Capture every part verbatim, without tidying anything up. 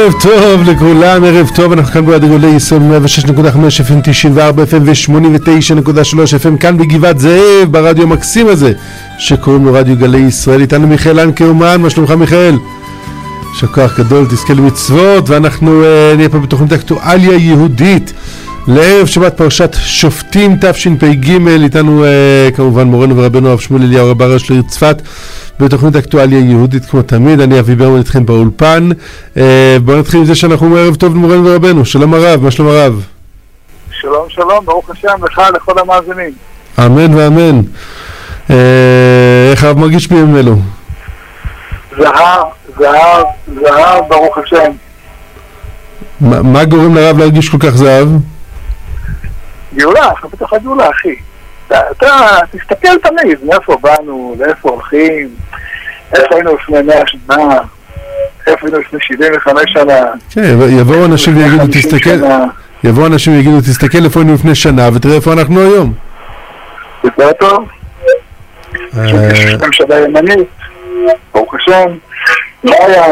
ערב טוב לכולם, ערב טוב, אנחנו כאן ברדיו גלי ישראל מאה ושש נקודה חמש אף אם, תשעים וארבע אף אם ו-שמונים ותשע נקודה שלוש אף אם כאן בגבעת זאב, ברדיו המקסים הזה שקוראים לו רדיו גלי ישראל. איתנו מיכאל אנקה אומן, מה שלומך מיכאל? שכוח גדול, תזכה למצוות, ואנחנו uh, נהיה פה בתוכנית אקטואליה יהודית לערב שבת פרשת שופטים תשפ"ג. איתנו uh, כמובן מורנו ורבנו הרב שמואל אליהו רב הראשי של העיר צפת בתוכנית אקטואליה יהודית כמו תמיד. אני אבי ברמן איתכם באולפן. uh, בואו נתחיל עם זה שאנחנו אומרים ערב טוב למורנו ורבנו. שלום הרב, מה שלום הרב? שלום שלום, ברוך השם לך לכל המאזינים. אמן ואמן. uh, איך הרב מרגיש בימים אלו? זהב, זהב, זהב, ברוך השם. מה, מה גורם לרב להרגיש כל כך זהב? גאולה, אנחנו בתוך הגאולה, אחי. אתה, אתה תסתכל תמיד, מאיפה באנו, לאיפה הולכים, איפה היינו לפני מאה שנה, איפה היינו לפני שבעים וחמש שנה. כן, יבואו אנשים ויגידו, תסתכל, יבואו אנשים ויגידו, תסתכל איפה היינו לפני שנה ותראה איפה אנחנו היום. זה טוב. יש ממשלה ימנית, ברוך השם, לא היה.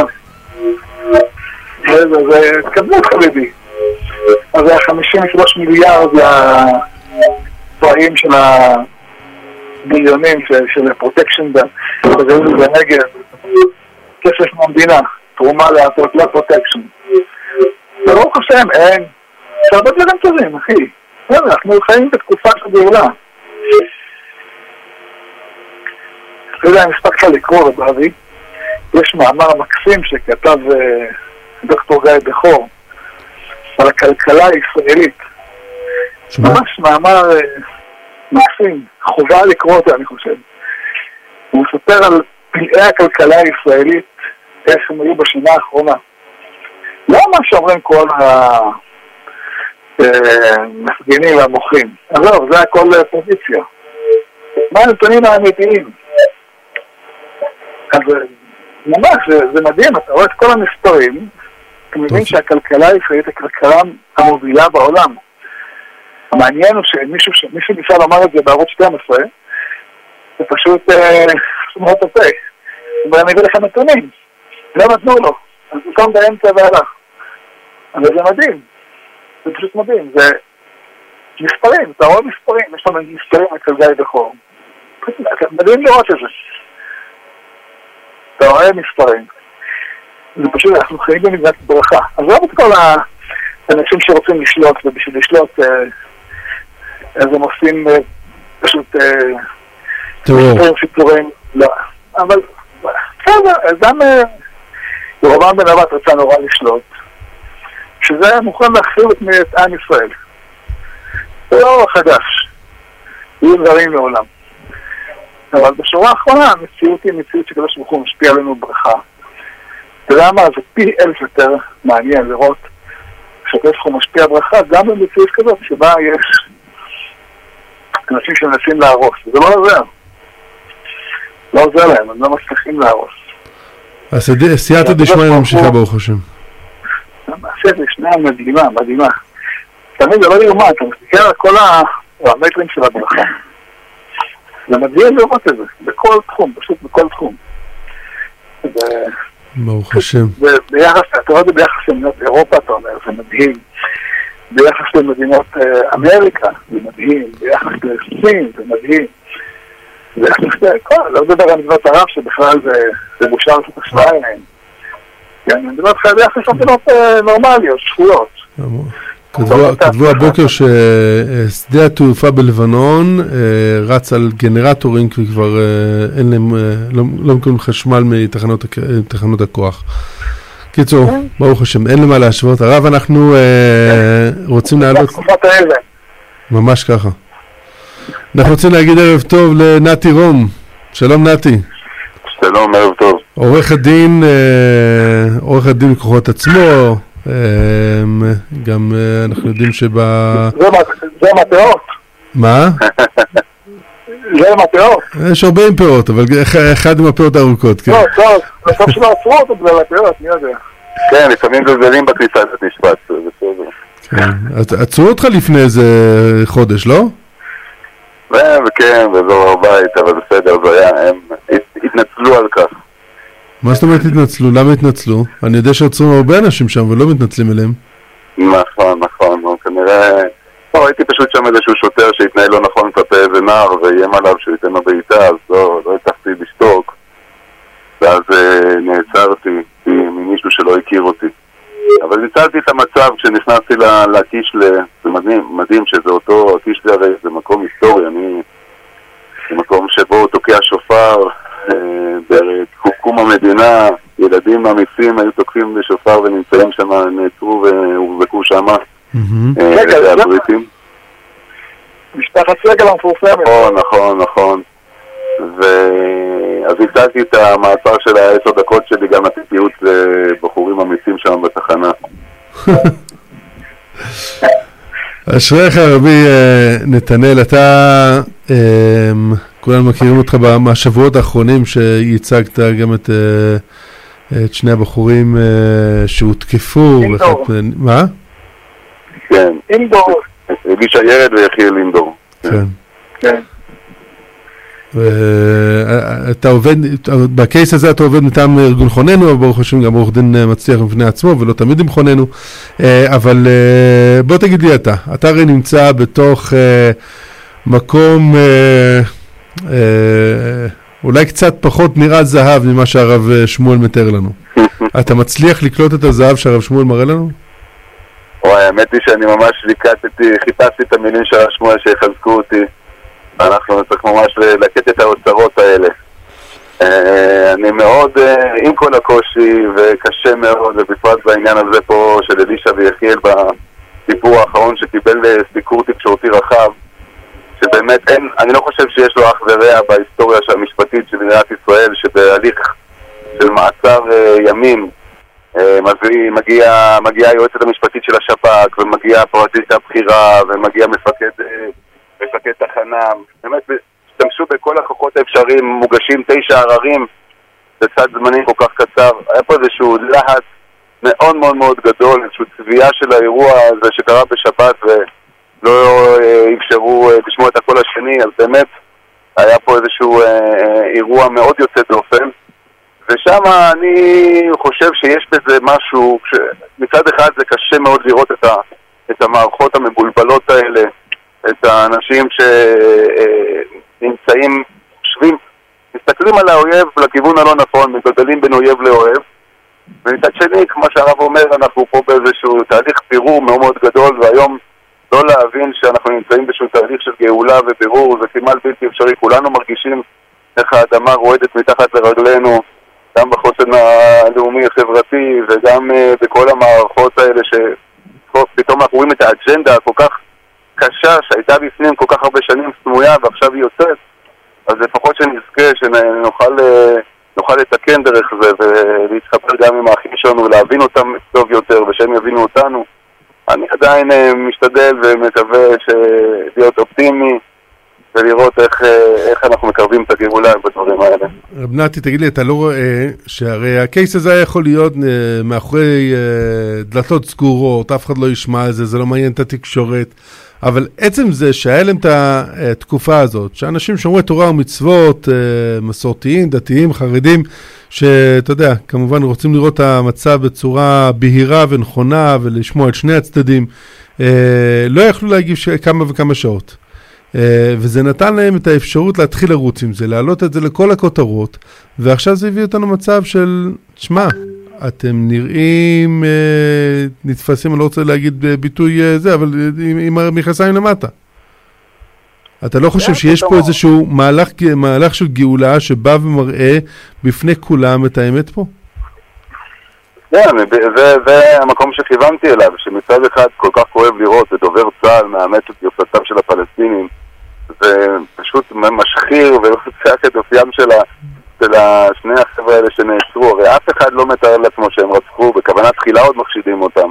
זה, זה, תקבלו את חביבי. אז זה חמישים ושלושה מיליארד לפועלים של המיליונים של הפרוטקשן בנגב. כסף מהמדינה, תרומה לפרוטקשן. ברוך השם, אין. שעבוד דברים טובים, אחי. אנחנו חיים בתקופה של גאולה. אתה יודע, אני הספקת לקרוא רבי, יש מאמר מקסים שכתב דוקטור גיא בכור על הכלכלה הישראלית. ממש מאמר מקסים, חובה לקרוא אותו אני חושב. הוא מספר על פלאי הכלכלה הישראלית, איך הם היו בשנה האחרונה. לא מה שאומרים כל המפגינים והמוחים. אז לא, זה הכל פוזיציה. מה הנתונים האמיתיים? אז ממש, זה, זה מדהים, אתה רואה את כל המספרים, אתה מבין שהכלכלה הישראלית היא הכלכלה המובילה בעולם. המעניין הוא שמישהו שמישהו ניסה לומר את זה בערוץ שתים עשרה, זה פשוט שמות הפה. הוא מביא לך נתונים, לא נתנו לו, אז הוא קם באמצע והלך. אבל זה מדהים, זה פשוט מדהים, זה מספרים, אתה רואה מספרים, יש לנו מספרים אצל גיא בכור. מדהים לראות את זה. אתה רואה מספרים. זה פשוט, אנחנו חיים במדינת ברכה. אז לא את כל האנשים שרוצים לשלוט, ובשביל לשלוט, אז הם עושים פשוט מספרים סיפורים. לא. אבל, בסדר, גם ירובעם בן נבט רצה נורא לשלוט, שזה מוכן להחזיר את עם ישראל. זה לא חדש. יהיו דברים לעולם. אבל בשורה האחרונה, המציאות היא מציאות שקדוש ברוך הוא משפיע עלינו ברכה. אתה יודע מה? זה פי אלף יותר מעניין לראות שקדוש ברוך הוא משפיע ברכה גם במציאות כזאת שבה יש אנשים שמנסים להרוס. זה לא עוזר. לא עוזר להם, הם לא מצליחים להרוס. אז סייעתא דשמיא ממשיכה ברוך השם. סייעתא דשמיא מדהימה, מדהימה. תמיד זה לא יאומן, אתה מסתכל על כל המטרים של הברכה. זה מדהים לראות את זה, בכל תחום, פשוט בכל תחום. ברוך השם. ביחס, אתה רואה את זה ביחס למדינות אירופה, אתה אומר, זה מדהים. ביחס למדינות אמריקה, זה מדהים. ביחס לסין, זה מדהים. ביחס לכל, לא מדבר על מדינות ערב, שבכלל זה בושה לעשות השוואה אליהן. כן, מדינות ביחס למדינות נורמליות, שפויות. כתבו הבוקר ששדה התעופה בלבנון רץ על גנרטורים כי כבר אין להם, לא מקבלים חשמל מתחנות הכוח. קיצור, ברוך השם, אין למה להשוות. הרב, אנחנו רוצים לעלות... ממש ככה. אנחנו רוצים להגיד ערב טוב לנתי רום. שלום נתי. שלום, ערב טוב. עורך הדין, עורך הדין בכוחות עצמו, גם אנחנו יודעים שבה... זה מטעות. מה? זה מטעות. יש הרבה עם פאות, אבל אחד עם הפאות הארוכות, כן. לא, טוב, בסוף שלא עצרו אותו בגלל הפאות, מי יודע. כן, לפעמים גלגלים בכניסה למשפט, זה בסדר. עצרו אותך לפני איזה חודש, לא? וכן, באזור הבית, אבל בסדר, זה היה, הם התנצלו על כך. מה זאת אומרת התנצלו? למה התנצלו? אני יודע שעוצרים הרבה אנשים שם ולא מתנצלים אליהם. נכון, נכון, כנראה... לא, הייתי פשוט שם איזשהו שוטר שהתנהל לא נכון כלפי איזה נער ואיים עליו שהוא ייתן לו בעיטה, אז לא, לא הצלחתי לשתוק. ואז נעצרתי ממישהו שלא הכיר אותי. אבל ניצלתי את המצב כשנכנסתי לקישלה, זה מדהים, מדהים שזה אותו, הקישלה הרי זה מקום היסטורי, אני... זה מקום שבו תוקע שופר, בקום המדינה, ילדים אמיצים היו תוקפים בשופר ונמצאים שם, נעצרו והובקו שם. רגע, הבריטים. משפחת סגל המפורסמת. נכון, נכון, נכון. ואז הצעתי את המעצר של העשר דקות שלי, גם הטיפיות לבחורים אמיצים שם בתחנה. אשריך רבי נתנאל, אתה, כולנו מכירים אותך מהשבועות האחרונים שהצגת גם את, את שני הבחורים שהותקפו. אינדור. מה? כן. אינדור. אלישע ירד ויחיאל אינדור. כן. כן. אתה עובד, בקייס הזה אתה עובד מטעם ארגון חוננו, אבל ברוך השם גם עורך דין מצליח בפני עצמו ולא תמיד עם חוננו, אבל בוא תגיד לי אתה, אתה הרי נמצא בתוך מקום אולי קצת פחות נראה זהב ממה שהרב שמואל מתאר לנו. אתה מצליח לקלוט את הזהב שהרב שמואל מראה לנו? וואי, האמת היא שאני ממש ליקטתי, חיפשתי את המילים של הרב שמואל שיחזקו אותי. אנחנו צריך ממש לקט את האוצרות האלה. אני מאוד, עם כל הקושי וקשה מאוד, ובפרט בעניין הזה פה של אלישע ויחיאל בסיפור האחרון שקיבל סיקור תקשורתי רחב, שבאמת אין, אני לא חושב שיש לו אח ורע בהיסטוריה המשפטית של מדינת ישראל, שבהליך של מעצר ימים מביא, מגיע, מגיע היועצת המשפטית של השב"כ, ומגיע הפרקליט הבכירה, ומגיע מפקד מפקד תחנה, באמת השתמשו בכל הכוחות האפשריים, מוגשים תשע עררים בצד זמנים כל כך קצר. היה פה איזשהו להט מאוד מאוד מאוד גדול, איזשהו צביעה של האירוע הזה שקרה בשבת ולא אפשרו לשמוע את הקול השני, אז באמת היה פה איזשהו אירוע מאוד יוצא דופן, ושם אני חושב שיש בזה משהו, מצד אחד זה קשה מאוד לראות את, ה, את המערכות המבולבלות האלה, את האנשים שנמצאים, שווים, מסתכלים על האויב לכיוון הלא נכון, מגדלים בין אויב לאוהב, ומצד שני, כמו שהרב אומר, אנחנו פה באיזשהו תהליך בירור מאוד מאוד גדול, והיום לא להבין שאנחנו נמצאים באיזשהו תהליך של גאולה ובירור, זה כמעט בלתי אפשרי. כולנו מרגישים איך האדמה רועדת מתחת לרגלינו, גם בחוסן הלאומי החברתי וגם בכל המערכות האלה שפתאום אנחנו רואים את האג'נדה הכל כך קשה שהייתה בפנים כל כך הרבה שנים סמויה ועכשיו היא יוצאת, אז לפחות שנזכה שנוכל נוכל לתקן דרך זה ולהתחבר גם עם האחים שלנו ולהבין אותם טוב יותר ושהם יבינו אותנו. אני עדיין משתדל ומקווה להיות אופטימי ולראות איך, איך אנחנו מקרבים את הגאולה בדברים האלה. רב נתי, תגיד לי, אתה לא רואה שהרי הקייס הזה היה יכול להיות מאחורי דלתות סגורות, אף אחד לא ישמע על זה, זה לא מעניין את התקשורת, אבל עצם זה שהיה להם את התקופה הזאת, שאנשים שומרי תורה ומצוות, מסורתיים, דתיים, חרדים, שאתה יודע, כמובן רוצים לראות את המצב בצורה בהירה ונכונה ולשמוע את שני הצדדים, לא יכלו להגיב כמה וכמה שעות. וזה נתן להם את האפשרות להתחיל לרוץ עם זה, להעלות את זה לכל הכותרות, ועכשיו זה הביא אותנו מצב של, שמה, אתם נראים, נתפסים, אני לא רוצה להגיד ביטוי זה, אבל עם המכנסיים למטה. אתה לא חושב שיש פה איזשהו מהלך, מהלך של גאולה שבא ומראה בפני כולם את האמת פה? כן, זה המקום שכיוונתי אליו, שמצד אחד כל כך כואב לראות את דובר צה"ל מאמץ את גרסתם של הפלסטינים, זה פשוט משחיר ורוצח את אופיים של שני החבר'ה האלה שנעצרו. הרי אף אחד לא מתאר לעצמו שהם רצחו, בכוונה תחילה עוד מחשידים אותם,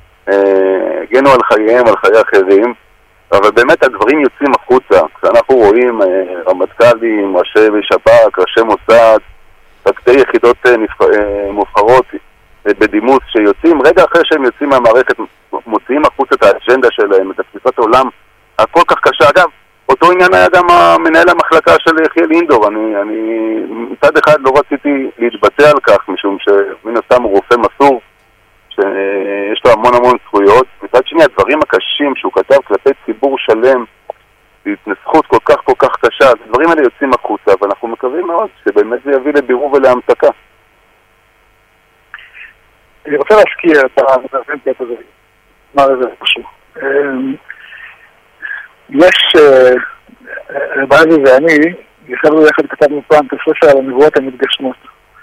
הגנו על חייהם, על חיי אחרים, אבל באמת הדברים יוצאים החוצה. כשאנחנו רואים רמטכ"לים, ראשי שב"כ, ראשי מוסד, תקדי יחידות מובחרות בדימוס שיוצאים, רגע אחרי שהם יוצאים מהמערכת, מוציאים החוץ את האג'נדה שלהם, את תפיסת העולם הכל כך קשה. אגב, אותו עניין היה גם מנהל המחלקה של יחיאל אינדור. אני, אני מצד אחד לא רציתי להתבטא על כך, משום שמן הסתם הוא רופא מסור, שיש לו המון המון זכויות. מצד שני, הדברים הקשים שהוא כתב כלפי ציבור שלם, בהתנסחות כל כך כל כך קשה, הדברים האלה יוצאים החוצה, ואנחנו מקווים מאוד שבאמת זה יביא לבירור ולהמתקה. אני רוצה להזכיר את האינטרנט הזה, מה זה משהו. יש, בעזי ואני, יחדנו יחד כתבנו פעם את הספר על הנבואות המתגשמות.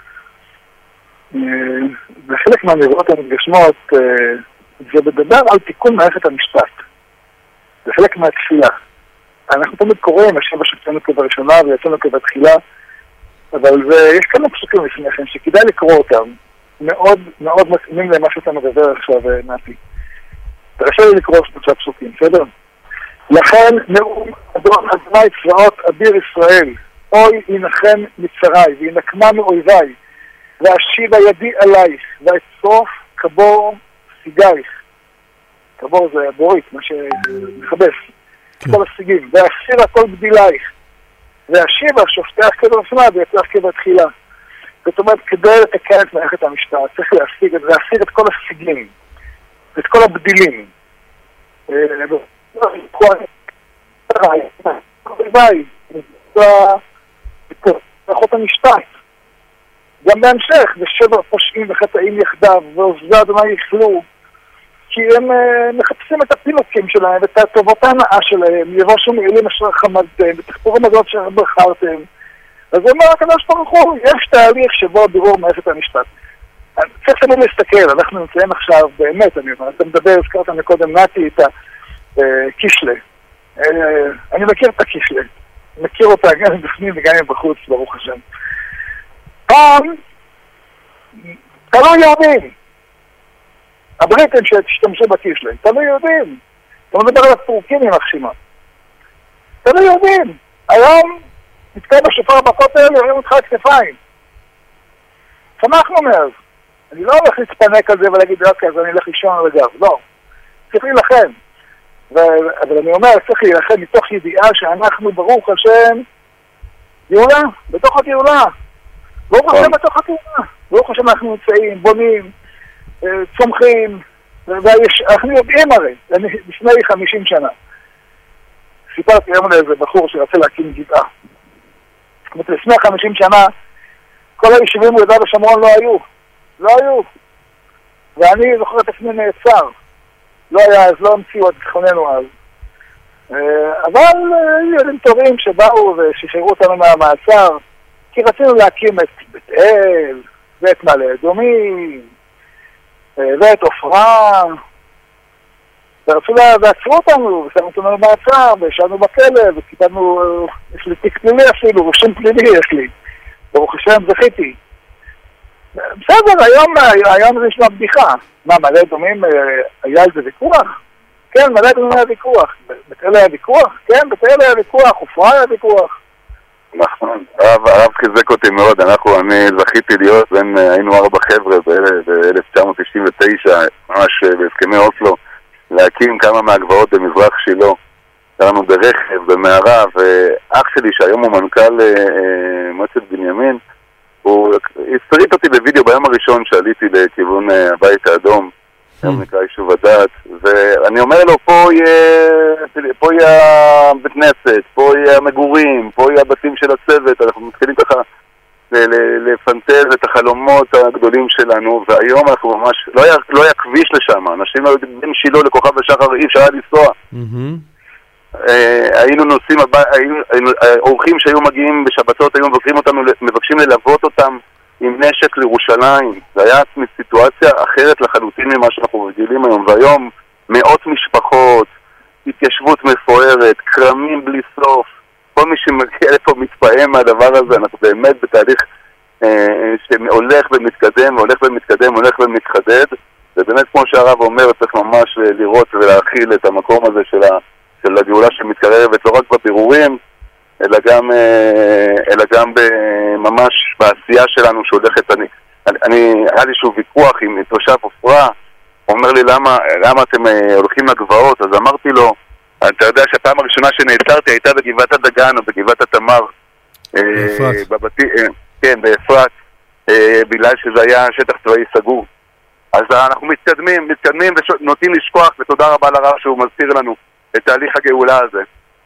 וחלק מהנבואות המתגשמות זה מדבר על תיקון מערכת המשפט. זה חלק מהתפילה. אנחנו תמיד קוראים, השבע שפצנו כבראשונה ויצאנו כבתחילה, אבל זה, יש כמה פסוקים לפניכם שכדאי לקרוא אותם. מאוד מאוד מתאימים למה שאתה מדבר עכשיו, נתי. תרשה לי לקרוא שלושה פסוקים, בסדר? לכן נאום אדון אדוני צבאות אביר ישראל, אוי ינחם מצרי וינקמה מאויביי, ואשיבה ידי עלייך, ואצרוף כבור סיגייך. כבור זה בורית, מה שמחבס, כל הסיגים, ואסיר הכל בדילייך, ואשיבה שופטך כבראשונה ויצלח כבתחילה. זאת אומרת, כדי לתקן את מערכת המשפט, צריך להשיג את זה, להשיג את כל הסיגים, את כל הבדילים. מערכות המשפט. גם בהמשך, ושבר פושעים וחטאים יחדיו, ועוזבי אדוני יכלו, כי הם מחפשים את הפינוקים שלהם, ואת הטובות ההנאה שלהם, יבושו מעילים אשר חמדתם, ותחפרו מזון אשר בחרתם. אז הוא אומר, הקדוש ברוך הוא, יש תהליך שבו בירור מערכת המשפט. צריך תמיד להסתכל, אנחנו נמצאים עכשיו, באמת, אני אומר, אתה מדבר, הזכרת מקודם, נתי את הקישלה. אני מכיר את הקישלה. מכיר אותה גם בפנים וגם בחוץ, ברוך השם. פעם, תלוי יהודים. הבריטים שתשתמשו בקישלה, תלוי יהודים. אתה מדבר על הפורקים עם החשימה. תלוי יהודים. היום, נתקע בשופר בכותל, יורים אותך כתפיים. שמחנו מאז. אני לא הולך להתפנק על זה ולהגיד, אוקיי, אז אני אלך לישון על הגב. לא. צריך להילחם. ו- אבל אני אומר, צריך להילחם מתוך ידיעה שאנחנו, ברוך השם, גאולה, בתוך הגאולה. ברוך השם בתוך הגאולה. ברוך השם אנחנו נמצאים, בונים, צומחים, ואנחנו יודעים הרי, לפני חמישים שנה. סיפרתי היום לאיזה בחור שרצה להקים גבעה. זאת אומרת, לפני חמישים שנה, כל היישובים ביהודה ושומרון לא היו. לא היו. ואני זוכר את עצמי נעצר. לא היה אז, לא המציאו את זכרוננו אז. אבל היו ילדים טובים שבאו ושחררו אותנו מהמעצר, כי רצינו להקים את בית אל, ואת מעלה אדומים, ואת עופרה, ורצו לה, ועצרו אותנו, ושמו אותנו במעצר, וישבנו בכלא, וקיבלנו, יש לי תיק פלילי אפילו, ושם פלילי יש לי. ברוך השם זכיתי. בסדר, היום, היום זה נשמע בדיחה. מה, מעלה אדומים היה על זה ויכוח? כן, מעלה אדומים היה ויכוח. בית אל היה ויכוח? כן, בית אל היה ויכוח, עופרה היה ויכוח. נכון, הרב חיזק אותי מאוד, אנחנו, אני זכיתי להיות בין, היינו ארבע חבר'ה ב-אלף תשע מאות תשעים ותשע, ממש בהסכמי אוסלו, להקים כמה מהגבעות במזרח שילה. קראנו ברכב, במערה, ואח שלי שהיום הוא מנכ"ל מועצת בנימין, הוא הסריט אותי בווידאו ביום הראשון שעליתי לכיוון הבית האדום, היום נקרא יישוב הדעת, ואני אומר לו, פה יהיה, פה יהיה בית כנסת, פה יהיה המגורים, פה יהיה הבתים של הצוות, אנחנו מתחילים ככה לפנטז את החלומות הגדולים שלנו, והיום אנחנו ממש, לא היה, לא היה כביש לשם, אנשים לא יודעים שילה לכוכב השחר, אי אפשר היה לנסוע. היינו נוסעים, אורחים שהיו מגיעים בשבתות, היו מבקרים אותנו, מבקשים ללוות אותם עם נשק לירושלים. זה היה סיטואציה אחרת לחלוטין ממה שאנחנו רגילים היום, והיום מאות משפחות, התיישבות מפוארת, קרמים בלי סוף, כל מי שמגיע לפה מתפעם מהדבר הזה. אנחנו באמת בתהליך אה, שהולך ומתקדם, הולך ומתקדם, הולך ומתחדד, ובאמת כמו שהרב אומר, צריך ממש לראות ולהכיל את המקום הזה של, ה, של הגאולה שמתקרבת, לא רק בבירורים, אלא גם, אלא גם ממש בעשייה שלנו שהולכת. אני, אני, היה לי שוב ויכוח עם תושב עופרה, הוא אומר לי למה, למה אתם הולכים לגבעות, אז אמרתי לו, אתה יודע שהפעם הראשונה שנעצרתי הייתה בגבעת הדגן או בגבעת התמר. באפרת. בבתי, כן, באפרת, בגלל שזה היה שטח צבאי סגור. אז אנחנו מתקדמים, מתקדמים ונוטים לשכוח, ותודה רבה לרב שהוא מזכיר לנו את תהליך הגאולה הזה.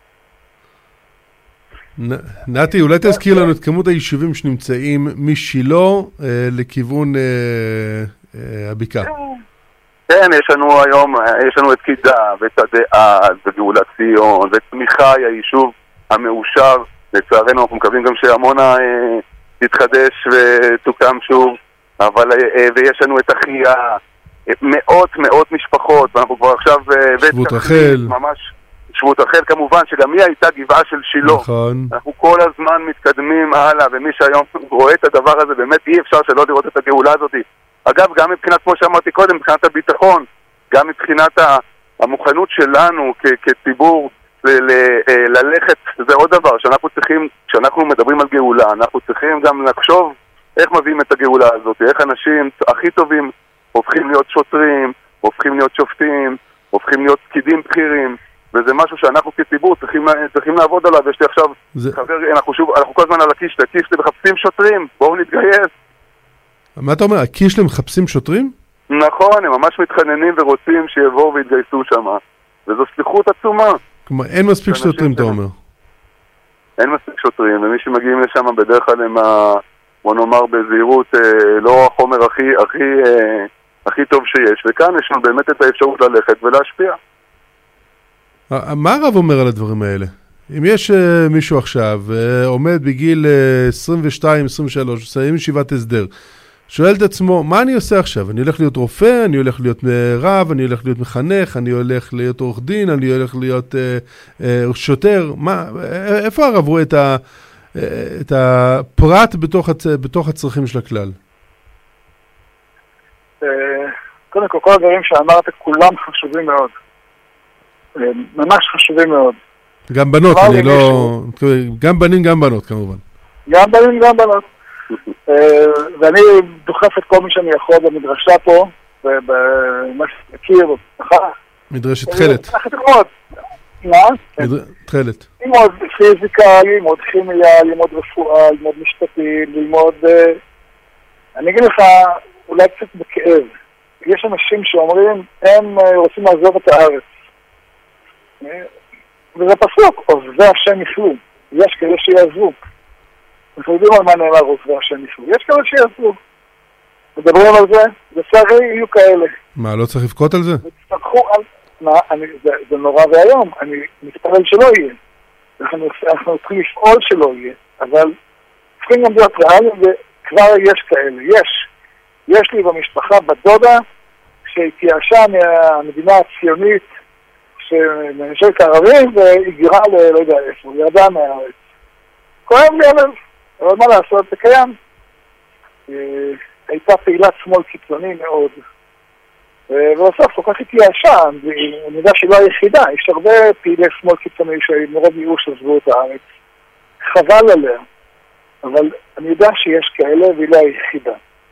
נתי, אולי תזכיר לנו את כמות היישובים שנמצאים משילה לכיוון הבקעה. כן, יש לנו היום, יש לנו את קידה ותדעה וגאולת ציון וצמיחה, היישוב המאושר. לצערנו אנחנו מקווים גם שעמונה תתחדש ותוקם שוב, אבל ויש לנו את אחיה, מאות מאות משפחות, ואנחנו כבר עכשיו שבות רחל, ממש שבות רחל כמובן, שגם היא הייתה גבעה של שילה. נכון. אנחנו כל הזמן מתקדמים הלאה, ומי שהיום רואה את הדבר הזה, באמת אי אפשר שלא לראות את הגאולה הזאת. אגב, גם מבחינת, כמו שאמרתי קודם, מבחינת הביטחון, גם מבחינת המוכנות שלנו כציבור ללכת, זה עוד דבר שאנחנו צריכים, כשאנחנו מדברים על גאולה, אנחנו צריכים גם לחשוב איך מביאים את הגאולה הזאת, איך אנשים הכי טובים הופכים להיות שוטרים, הופכים להיות שופטים, הופכים להיות פקידים בכירים, וזה משהו שאנחנו כציבור צריכים, צריכים לעבוד עליו. יש לי עכשיו זה... חבר, אנחנו, שוב, אנחנו כל הזמן על הקיש, הקיש מחפשים שוטרים, בואו נתגייס. מה אתה אומר, הקיש מחפשים שוטרים? נכון, הם ממש מתחננים ורוצים שיבואו ויתגייסו שם, וזו שליחות עצומה. כלומר, אין מספיק שוטרים, אתה אומר. אין מספיק שוטרים, ומי שמגיעים לשם בדרך כלל הם, בוא נאמר בזהירות, לא החומר הכי, הכי, הכי טוב שיש, וכאן יש לנו באמת את האפשרות ללכת ולהשפיע. מה הרב אומר על הדברים האלה? אם יש מישהו עכשיו, עומד בגיל עשרים ושתיים עשרים ושלוש, מסיים ישיבת הסדר, שואל את עצמו, מה אני עושה עכשיו? אני הולך להיות רופא, אני הולך להיות רב, אני הולך להיות מחנך, אני הולך להיות עורך דין, אני הולך להיות אה, אה, שוטר. מה, איפה הרב רואה את, ה, את הפרט בתוך, הצ, בתוך הצרכים של הכלל? קודם כל, כל הדברים שאמרת, כולם חשובים מאוד. ממש חשובים מאוד. גם בנות, אני לא... גם בנים, גם בנות, כמובן. גם בנים, גם בנות. ואני דוחף את כל מי שאני יכול במדרשה פה, ובמה שמכיר, מדרשת תחלת. מה? תחלת. ללמוד פיזיקה, ללמוד כימיה, ללמוד רפואה, ללמוד משפטים, ללמוד... אני אגיד לך, אולי קצת בכאב. יש אנשים שאומרים, הם רוצים לעזוב את הארץ. וזה פסוק, עוזבי השם יפלו. יש כאלה שיעזבו. אנחנו יודעים על מה נאמר עוזבי השם יפלו. יש כאלה שיעזבו. מדברים על זה, לצערי יהיו כאלה. מה, לא צריך לבכות על זה? ותצטרכו על... מה, אני, זה, זה נורא והיום. אני מתפלל שלא יהיה. אנחנו, אנחנו צריכים לפעול שלא יהיה. אבל צריכים גם להיות ריאליים, וכבר יש כאלה. יש. יש לי במשפחה, בדודה, שהתייאשה מהמדינה הציונית, שמנשלת הערבים, והגירה ל... לא יודע איפה, ירדה מהארץ. כואב לי עליו, אבל מה לעשות, זה קיים. הייתה פעילת שמאל קיצוני מאוד. ובסוף, כל כך התייאשה, אני יודע שהיא לא היחידה, יש הרבה פעילי שמאל קיצוני שמרוב ייאוש עזבו את הארץ. חבל עליה. אבל אני יודע שיש כאלה, והיא לא היחידה.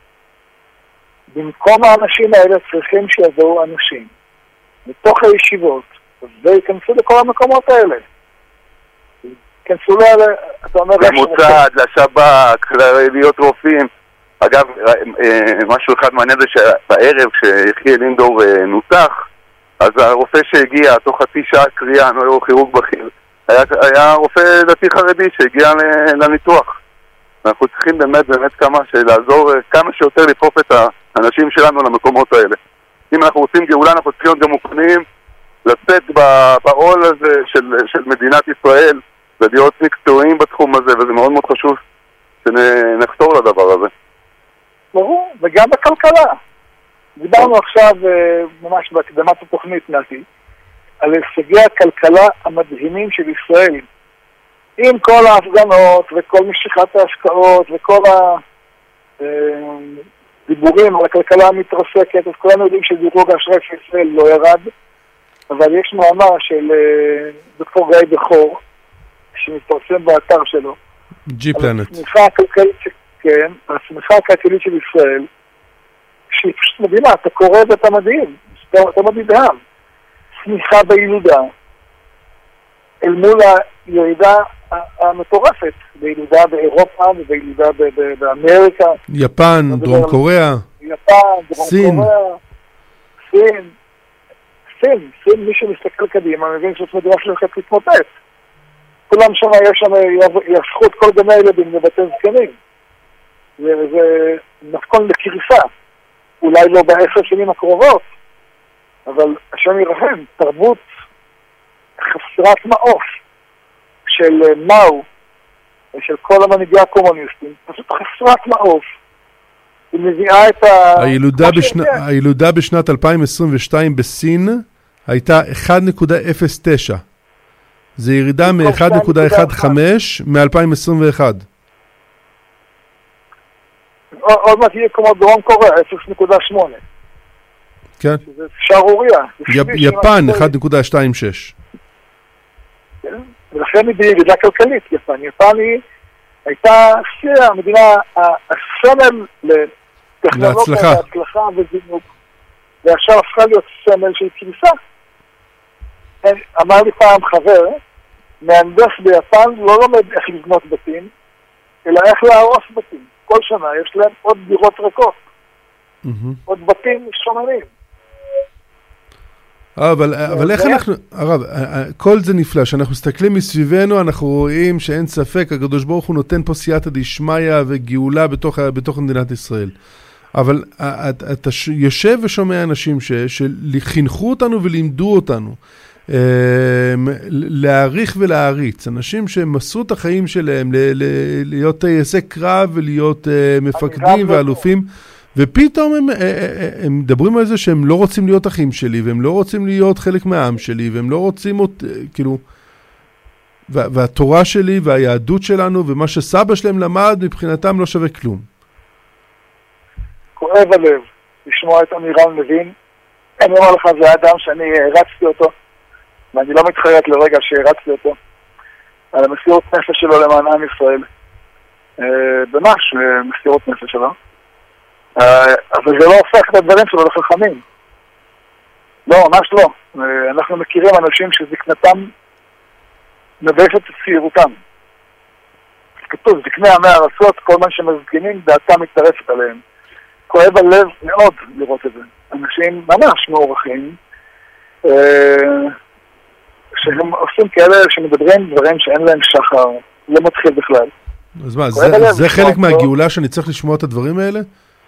במקום האנשים האלה צריכים שיבואו אנשים מתוך הישיבות ויכנסו לכל המקומות האלה. יכנסו לאלה, אתה אומר... למוצד, לשב"כ, להיות רופאים. אגב, משהו אחד מעניין זה שבערב כשיחיה לינדור נותח, אז הרופא שהגיע תוך חצי שעה קריאה, נוירוכירורג בכיר, היה, היה רופא דתי חרדי שהגיע לניתוח. אנחנו צריכים באמת באמת כמה לעזור, כמה שיותר לדחוף את האנשים שלנו למקומות האלה. אם אנחנו רוצים גאולה, אנחנו צריכים להיות גם מוכנים לצאת בעול הזה של, של מדינת ישראל ולהיות מקצועיים בתחום הזה, וזה מאוד מאוד חשוב שנחתור לדבר הזה. ברור, וגם בכלכלה. דיברנו עכשיו, ממש בהקדמת התוכנית, נתי, על הישגי הכלכלה המדהימים של ישראל. עם כל ההפגנות וכל משיכת ההשקעות וכל הדיבורים על הכלכלה המתרסקת, אז כולנו יודעים שדירוג האשראי של ישראל לא ירד, אבל יש מאמר של דוקטור גיא בכור, שמתפרסם באתר שלו. ג'י פלנט. הצמיחה הכלכלית, כן, הצמיחה הכלכלית של ישראל, שהיא פשוט מדהימה, אתה קורא ואתה מדהים, אתה מדהים. צמיחה בילודה, אל מול הירידה המטורפת בילודה באירופה ובילודה באמריקה. יפן, דרום קוריאה. יפן, דרום קוריאה. סין. סין. סין, מי שמסתכל קדימה, מבין שאת מדינה שהולכת להתמוטט. כולם שם, יש שם, יהפכו את כל גני הילדים לבתי זקנים. זה מתכון לקריסה. אולי לא בעשר שנים הקרובות, אבל השם ירחם, תרבות חסרת מעוף של מאו, של כל המנהיגי הקומוניסטים, פשוט חסרת מעוף. היא מביאה את ה... הילודה, בשנ... הילודה בשנת אלפיים עשרים ושתיים בסין הייתה אחת נקודה אפס תשע. זה ירידה מ-אחת נקודה אחת חמש מ-אלפיים עשרים ואחת. עוד מעט יהיה כמו דרום קוריאה, אפס נקודה שמונה. כן. זה שערוריה. יפן, אחת נקודה עשרים ושש. כן, ולכן היא בירידה כלכלית, יפן. יפן היא הייתה שיא המדינה, הסמל לטכנולוגיה והצלחה וזינוק, ועכשיו הפכה להיות סמל של כניסה. אמר לי פעם חבר, מהנדס ביפן לא לומד איך לבנות בתים, אלא איך להרוס בתים. כל שנה יש להם עוד דירות ריקות, עוד בתים שומנים. אבל, אבל איך אנחנו, הרב, כל זה נפלא, שאנחנו מסתכלים מסביבנו, אנחנו רואים שאין ספק, הקדוש ברוך הוא נותן פה סייעתא דשמיא וגאולה בתוך, בתוך מדינת ישראל. אבל אתה יושב ושומע אנשים שחינכו אותנו ולימדו אותנו, להעריך ולהעריץ, אנשים שמסרו את החיים שלהם להיות טייסי קרב ולהיות מפקדים ואלופים, ופתאום הם, הם מדברים על זה שהם לא רוצים להיות אחים שלי, והם לא רוצים להיות חלק מהעם שלי, והם לא רוצים, כאילו, והתורה שלי והיהדות שלנו ומה שסבא שלהם למד מבחינתם לא שווה כלום. כואב הלב לשמוע את אמירן לוין. אני אומר לך, זה האדם שאני הרצתי אותו, ואני לא מתחרט לרגע שהרצתי אותו, על המסירות נפש שלו למען עם ישראל. ממש מסירות נפש שלו. אבל זה לא הופך את הדברים שלו לחכמים. לא, ממש לא. אנחנו מכירים אנשים שזקנתם מביישת את צעירותם. כתוב, זקני עמי הארצות, כל מה שמזקינים, דעתם מתטרפת עליהם. כואב הלב מאוד לראות את זה. אנשים ממש מוערכים, שהם עושים כאלה שמדברים דברים שאין להם שחר, לא מתחיל בכלל. אז מה, זה, זה חלק מהגאולה שאני צריך לשמוע את הדברים האלה?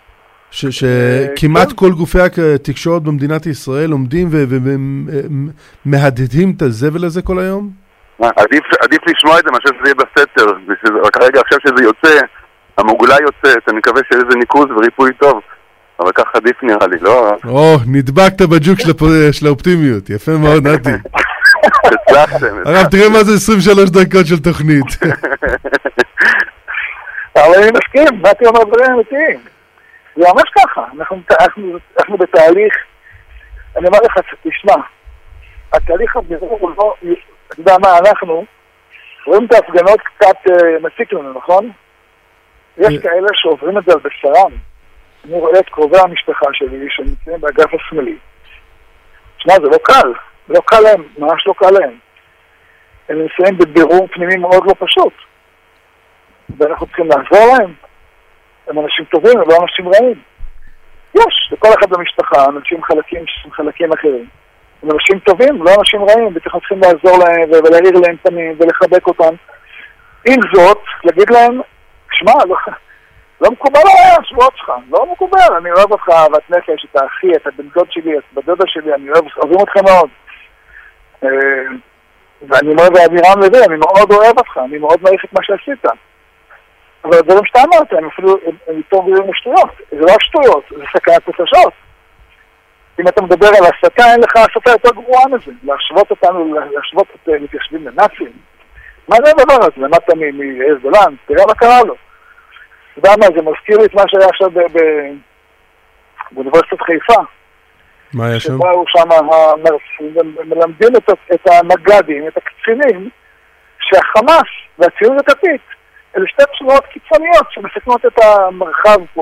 שכמעט כל גופי התקשורת במדינת ישראל עומדים ומהדהדים את הזבל הזה כל היום? עדיף לשמוע את זה, מה שזה יהיה בסתר. רק הרגע עכשיו שזה יוצא, המוגלה יוצאת, אני מקווה שיהיה איזה ניקוז וריפוי טוב. אבל כך עדיף נראה לי, לא? או, נדבקת בג'וק של האופטימיות. יפה מאוד, נתי. הצלחתם. הרב, תראה מה זה עשרים ושלוש דקות של תוכנית. אבל אני מסכים, באתי אומר דברים אמיתיים. זה ממש ככה, אנחנו, אנחנו, אנחנו בתהליך, אני אומר לך, תשמע, התהליך הבירור הוא לא, אתה יודע מה, אנחנו רואים את ההפגנות קצת אה, מציק לנו, נכון? יש כאלה שעוברים את זה על בשרם. אני רואה את קרובי המשפחה שלי שנמצאים באגף השמאלי. תשמע, זה לא קל, לא קל להם, ממש לא קל להם. הם נמצאים בבירור פנימי מאוד לא פשוט. ואנחנו צריכים לעזור להם. הם אנשים טובים, הם לא אנשים רעים. יש, לכל אחד במשפחה, אנשים חלקים שהם חלקים אחרים. הם אנשים טובים, לא אנשים רעים, ואנחנו צריכים לעזור להם ולהאיר להם פנים ולחבק אותם. עם זאת, להגיד להם, שמע, לא, לא מקובל עליי השבועות שלך, לא מקובל, אני אוהב אותך, ואת נפש, את האחי, את הבן דוד שלי, את בדודה שלי, אני אוהב, אוהבים אתכם מאוד. ואני אומר באמירם לזה, אני מאוד אוהב אותך, אני מאוד מעריך את מה שעשית. אבל הדברים שאתה אמרת, הם אפילו, הם יותר גדולים לשטויות. זה לא שטויות, זה סכנת נפשות. אם אתה מדבר על הסתה, אין לך הסתה יותר גרועה מזה. להשוות אותנו, להשוות את מתיישבים לנאצים. מה זה הדבר הזה? למדת מאיז דולן, תראה מה קרה לו. אתה יודע מה, זה מזכיר לי את מה שהיה עכשיו באוניברסיטת חיפה. מה היה שם? שבאו שם המרצים, מלמדים את הנגדים, את הקצינים, שהחמאס והציונות הדתית, אלה שתי צורות קיצוניות שמסכנות את המרחב פה.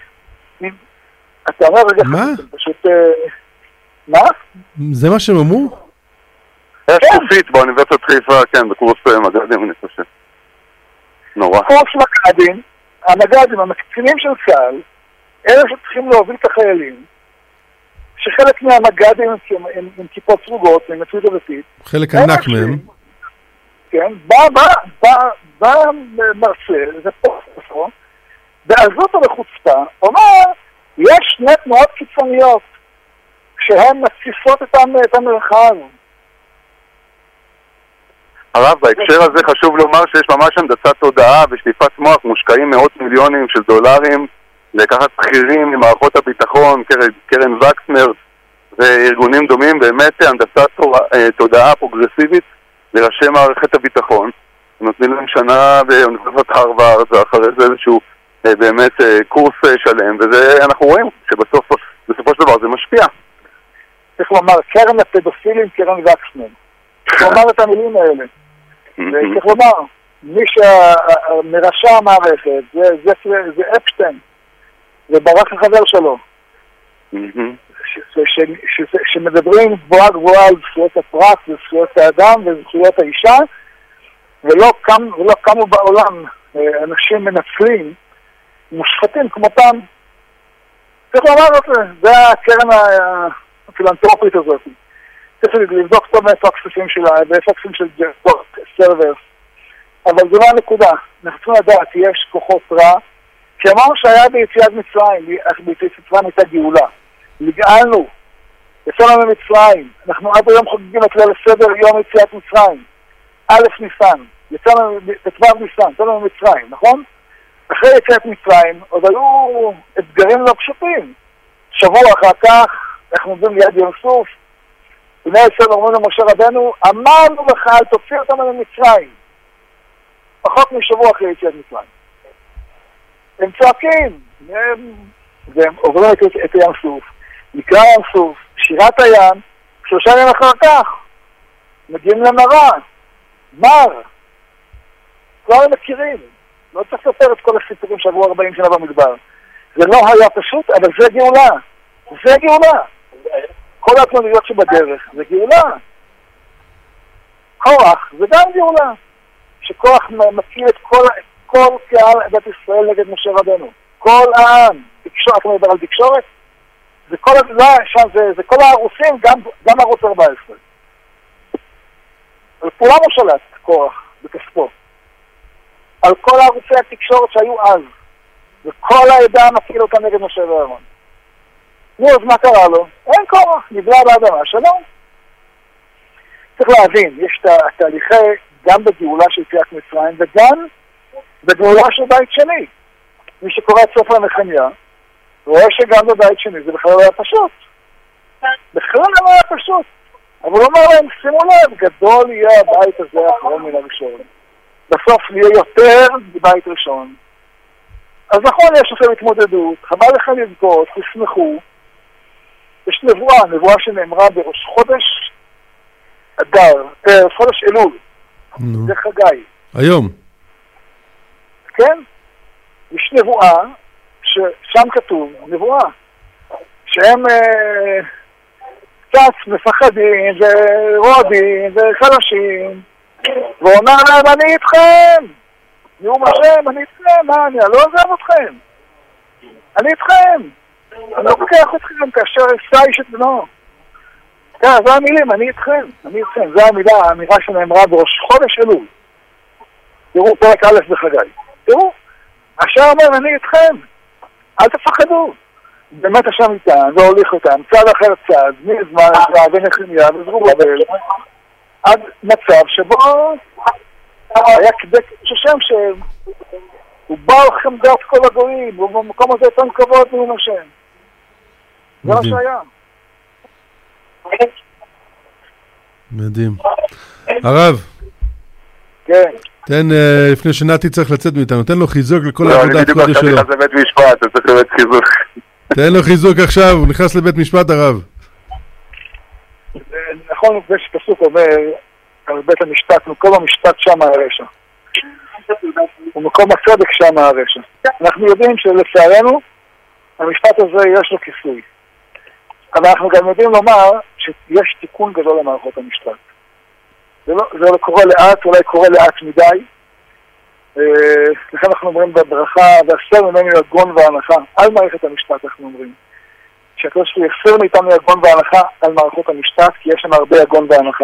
אתה אומר רגע, מה? פשוט... מה? זה מה שהם אמרו? יש שקופית באוניברסיטת חיפה, כן, בקורס מג"דים, אני חושב. נורא. קורס מג"דים, המג"דים, המקצינים של צה"ל, אלה שצריכים להוביל את החיילים, שחלק מהמג"דים הם כיפות סרוגות, הם מצוית הדתית. חלק ענק מהם. כן, בא, בא, בא, בא מרצה, זה פה, נכון? בעזות ובחוצפה, אומר, יש שני תנועות קיצוניות, שהן מתסיסות את המרחב. הרב, בהקשר הזה חשוב לומר שיש ממש הנדסת תודעה ושטיפת מוח, מושקעים מאות מיליונים של דולרים לקחת בכירים ממערכות הביטחון, קרן, קרן וקסנר וארגונים דומים, באמת הנדסת תודעה פרוגרסיבית לראשי מערכת הביטחון. נותנים להם שנה באוניברסיטת הרווארד, ואחרי זה איזשהו באמת קורס שלם, וזה אנחנו רואים שבסוף בסופו של דבר זה משפיע. צריך לומר, קרן הפדופילים, קרן וקסנר. צריך לומר את המילים האלה. וצריך לומר, מי שמרשע המערכת, זה, זה, זה אפשטיין, זה ברק החבר שלו. שמדברים גבוהה גבוהה על זכויות הפרט וזכויות האדם וזכויות האישה, ולא קם, ולא קמו בעולם אנשים מנצלים, מושחתים כמותם. צריך לומר את זה, זה הקרן הפילנטרופית הזאת. צריך לבדוק טוב מאיפה הכספים שלה, ואיפה הכספים של סרברס. אבל זו לא הנקודה. אנחנו צריכים לדעת, יש כוחות רע, כמו שהיה ביציאת מצרים, איך ביציאת מצרים הייתה גאולה. נגאלנו, יצאנו ממצרים, אנחנו עד היום חוגגים את ליל הסדר יום יציאת מצרים. א' ניסן, יצאנו בתוו ניסן, יצאנו ממצרים, נכון? אחרי יציאת מצרים, עוד היו אתגרים לא פשוטים. שבוע אחר כך, אנחנו עומדים ליד ים סוף, בני ישראל אומרים למשה רבנו, אמרנו לך, אל תוציא אותנו ממצרים. פחות משבוע אחרי יציאת מצרים. הם צועקים, הם, והם עוברים את, את ים סוף, נקרא ים סוף, שירת הים, שלושה ימים אחר כך, מגיעים למראה, מר, כבר הם מכירים, לא צריך לספר את כל הסיפורים שעברו ארבעים שנה במדבר. זה לא היה פשוט, אבל זה גאולה, זה גאולה. כל התנודיות שבדרך, זה גאולה. כוח, זה גם גאולה. שכוח מכיר את כל, כל קהל עדת ישראל נגד משה רבנו. כל העם, תקשורת, אתה מדבר על תקשורת? זה כל, לא, שם, זה, זה כל הערוצים, גם, גם ערוץ ארבע עשרה. על כולם הוא שלט כוח בכספו. על כל הערוצי התקשורת שהיו אז. וכל העדה מכיר אותה נגד משה ואהרון. נו, אז מה קרה לו? אין כוח, נבלע באדמה שלו. צריך להבין, יש תהליכי גם בגאולה של יציאת מצרים וגם בגאולה של בית שני. מי שקורא את ספר נחמיה, רואה שגם בבית שני זה בכלל לא היה פשוט. בכלל לא היה פשוט. אבל הוא אומר להם, שימו לב, גדול יהיה הבית הזה האחרון מן הראשון. בסוף יהיה יותר מבית ראשון. אז נכון, יש לכם התמודדות, חבל לכם לבכות, תשמחו. יש נבואה, נבואה שנאמרה בראש חודש אדר, אה, חודש אלול, זה חגי. היום. כן? יש נבואה, ששם כתוב, נבואה, שהם אה, קצת מפחדים ורועדים וחלשים, ואומר להם, אני איתכם! נאום השם, אני איתכם, מה, אני לא עוזב אתכם. אני איתכם. אני לא לוקח אתכם כאשר אשא איש את בנו. כן, זו המילים, אני איתכם, אני איתכם. זו המילה, האמירה שנאמרה בראש חודש אלול. תראו, פרק א' בחגי. תראו, השם אומר, אני איתכם. אל תפחדו. באמת השם איתם, והוליך אותם, צד אחר צד, מזמן, ונחמיה, וזרובבל, עד מצב שבו היה כדי ששם שהוא בא לכם דעת כל הגויים, ובמקום הזה אתם כבוד עם השם. זה מה שהיה. מדהים. הרב. כן. תן, לפני שנתי צריך לצאת מאיתנו, תן לו חיזוק לכל העבודת קודש שלו. לא, אני בדיוק עכשיו לבית משפט, אתה צריך לבית חיזוק. תן לו חיזוק עכשיו, הוא נכנס לבית משפט, הרב. נכון, זה שפסוק אומר על בית המשפט, מקום המשפט שם הרשע. ומקום הצדק שם הרשע. אנחנו יודעים שלצערנו, המשפט הזה יש לו כיסוי. אבל אנחנו גם יודעים לומר שיש תיקון גדול למערכות המשפט. זה לא, זה לא קורה לאט, אולי קורה לאט מדי. לכן אנחנו אומרים בברכה, והסר ממנו יגון והנחה, על מערכת המשפט אנחנו אומרים. שהקדוש ברוך הוא יסר מאיתנו יגון והנחה על מערכות המשפט, כי יש שם הרבה יגון והנחה.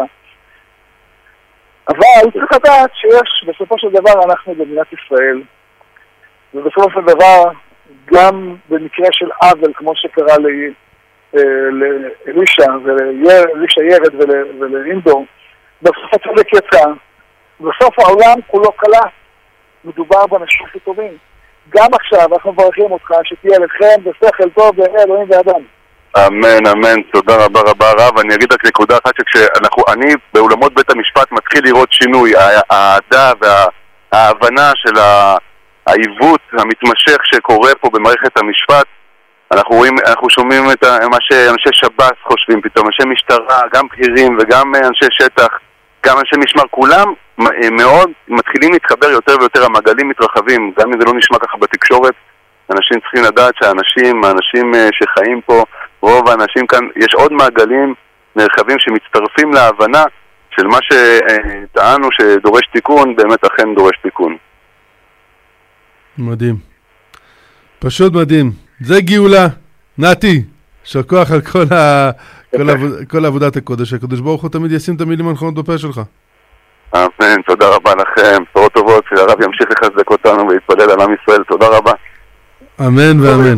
אבל צריך לדעת שיש, בסופו של דבר אנחנו במדינת ישראל, ובסופו של דבר, גם במקרה של עוול, כמו שקרה לאלישע, ולאלישע ירד ולאינדור, בסוף הצדק יצא, בסוף העולם כולו קלה, מדובר באנשים טובים. גם עכשיו אנחנו מברכים אותך שתהיה לכם בשכל טוב בעיני אלוהים ואדם. אמן, אמן, תודה רבה רבה רב. אני אגיד רק נקודה אחת שכשאנחנו, אני באולמות בית המשפט מתחיל לראות שינוי, העדה וההבנה של העיוות המתמשך שקורה פה במערכת המשפט. אנחנו רואים, אנחנו שומעים את מה שאנשי שב"ס חושבים פתאום, אנשי משטרה, גם בכירים וגם אנשי שטח, גם אנשי משמר, כולם מאוד מתחילים להתחבר יותר ויותר, המעגלים מתרחבים, גם אם זה לא נשמע ככה בתקשורת. אנשים צריכים לדעת שהאנשים, האנשים שחיים פה, רוב האנשים כאן, יש עוד מעגלים מרחבים שמצטרפים להבנה של מה שטענו שדורש תיקון, באמת אכן דורש תיקון. מדהים. פשוט מדהים. זה גאולה. נתי, שכוח על כל, ה... כל, עבוד... כל עבודת הקודש. הקדוש ברוך הוא תמיד ישים את המילים הנכונות בפה שלך. אמן, תודה רבה לכם. בשורות טובות, שהרב ימשיך לחזק אותנו ויתפלל על עם ישראל. תודה רבה. אמן ואמן.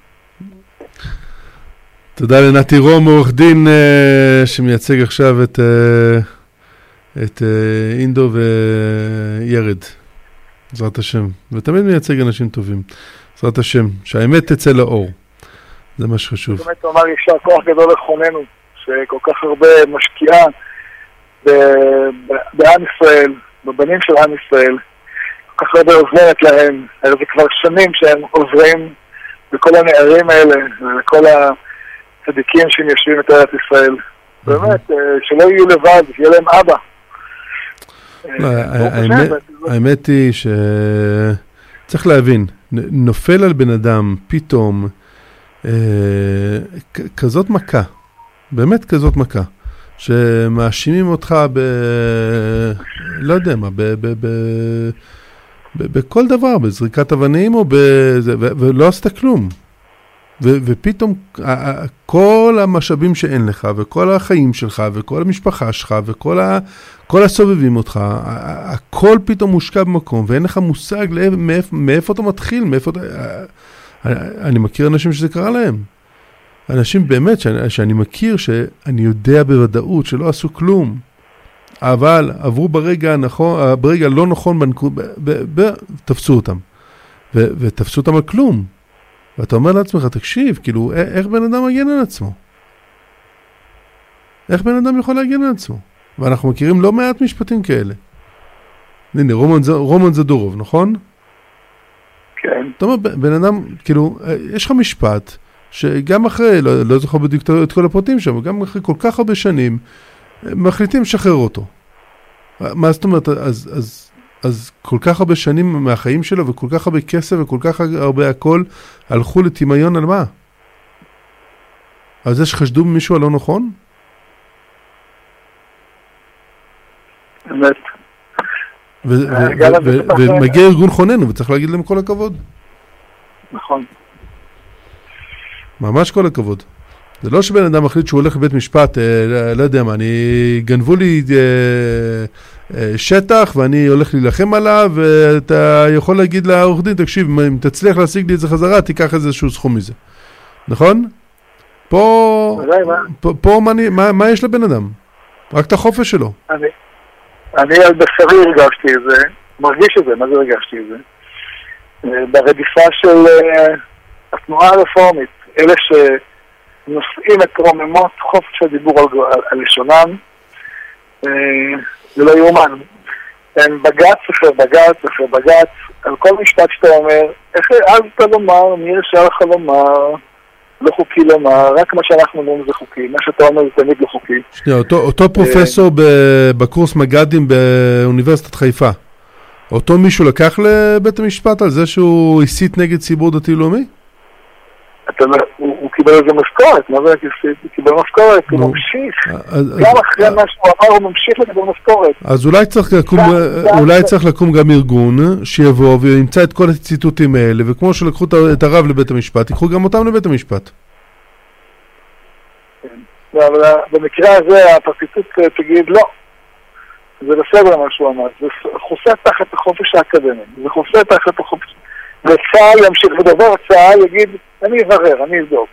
תודה לנתי רום, עורך דין uh, שמייצג עכשיו את, uh, את uh, אינדו וירד. בעזרת השם. ותמיד מייצג אנשים טובים. בעזרת השם. שהאמת תצא לאור. זה מה שחשוב. באמת הוא אמר יישר כוח גדול לכוננו, שכל כך הרבה משקיעה בעם ישראל, בבנים של עם ישראל, כל כך הרבה עוזרת להם. זה כבר שנים שהם עוזרים בכל הנערים האלה, וכל הצדיקים שהם יושבים את ארץ ישראל. באמת, שלא יהיו לבד, שיהיה להם אבא. האמת היא שצריך להבין, נופל על בן אדם פתאום כזאת מכה, באמת כזאת מכה, שמאשימים אותך ב... לא יודע מה, ב... ב... ב... בכל דבר, בזריקת אבנים או בזה, ולא עשת כלום. ופתאום כל המשאבים שאין לך, וכל החיים שלך, וכל המשפחה שלך, וכל כל הסובבים אותך, הכל פתאום מושקע במקום, ואין לך מושג מאיפה אתה מתחיל, מאיפה אתה... אני מכיר אנשים שזה קרה להם. אנשים באמת שאני, שאני מכיר, שאני יודע בוודאות שלא עשו כלום. אבל עברו ברגע הנכון, ברגע לא נכון, בנקוד, ב, ב, ב, תפסו אותם. ו, ותפסו אותם על כלום. ואתה אומר לעצמך, תקשיב, כאילו, איך בן אדם מגן על עצמו? איך בן אדם יכול להגן על עצמו? ואנחנו מכירים לא מעט משפטים כאלה. הנה, רומן, רומן זדורוב, נכון? כן. אתה אומר, בן אדם, כאילו, יש לך משפט, שגם אחרי, לא, לא זוכר בדיוק את כל הפרטים שם, גם אחרי כל כך הרבה שנים, מחליטים לשחרר אותו. מה זאת אומרת? אז, אז, אז כל כך הרבה שנים מהחיים שלו, וכל כך הרבה כסף, וכל כך הרבה הכל, הלכו לתימיון על מה? על זה שחשדו במישהו הלא נכון? באמת. ומגיע ארגון חוננו, וצריך להגיד להם כל הכבוד. נכון. ממש כל הכבוד. זה לא שבן אדם מחליט שהוא הולך לבית משפט, לא יודע מה, אני גנבו לי שטח ואני הולך להילחם עליו, ואתה יכול להגיד לעורך דין, תקשיב, אם תצליח להשיג לי את זה חזרה, תיקח איזשהו סכום מזה. נכון? פה, פה מה יש לבן אדם? רק את החופש שלו. אני אני על בשרי הרגשתי את זה, מרגיש את זה, מה זה הרגשתי את זה? ברדיפה של התנועה הרפורמית, אלה שנושאים את רוממות חופש הדיבור על, על, על לשונם, זה לא יאומן. הם בגץ אחר בגץ אחר בגץ, על כל משפט שאתה אומר, איך אז אתה לומר, מי ישר לך לומר, לא חוקי לומר, רק מה שאנחנו אומרים זה חוקי, מה שאתה אומר זה תמיד לא חוקי. שנייה, אותו, אותו פרופסור בקורס מג"דים באוניברסיטת חיפה, אותו מישהו לקח לבית המשפט על זה שהוא הסית נגד ציבור דתי לאומי? אתה אומר, הוא, הוא קיבל איזה משכורת, מה זה קיבל משכורת, הוא ממשיך, גם אחרי מה שהוא אמר הוא ממשיך לקבל משכורת. אז אולי צריך לקום, אולי צריך לקום גם ארגון שיבוא וימצא את כל הציטוטים האלה, וכמו שלקחו את הרב לבית המשפט, ייקחו גם אותם לבית המשפט. אבל במקרה הזה הפרקליטות תגיד לא, זה בסדר מה שהוא אמר, זה חוסה תחת החופש האקדמי, זה חוסה תחת החופש, וצה"ל ימשיך ודבר, צה"ל יגיד אני אברר, אני אבדוק.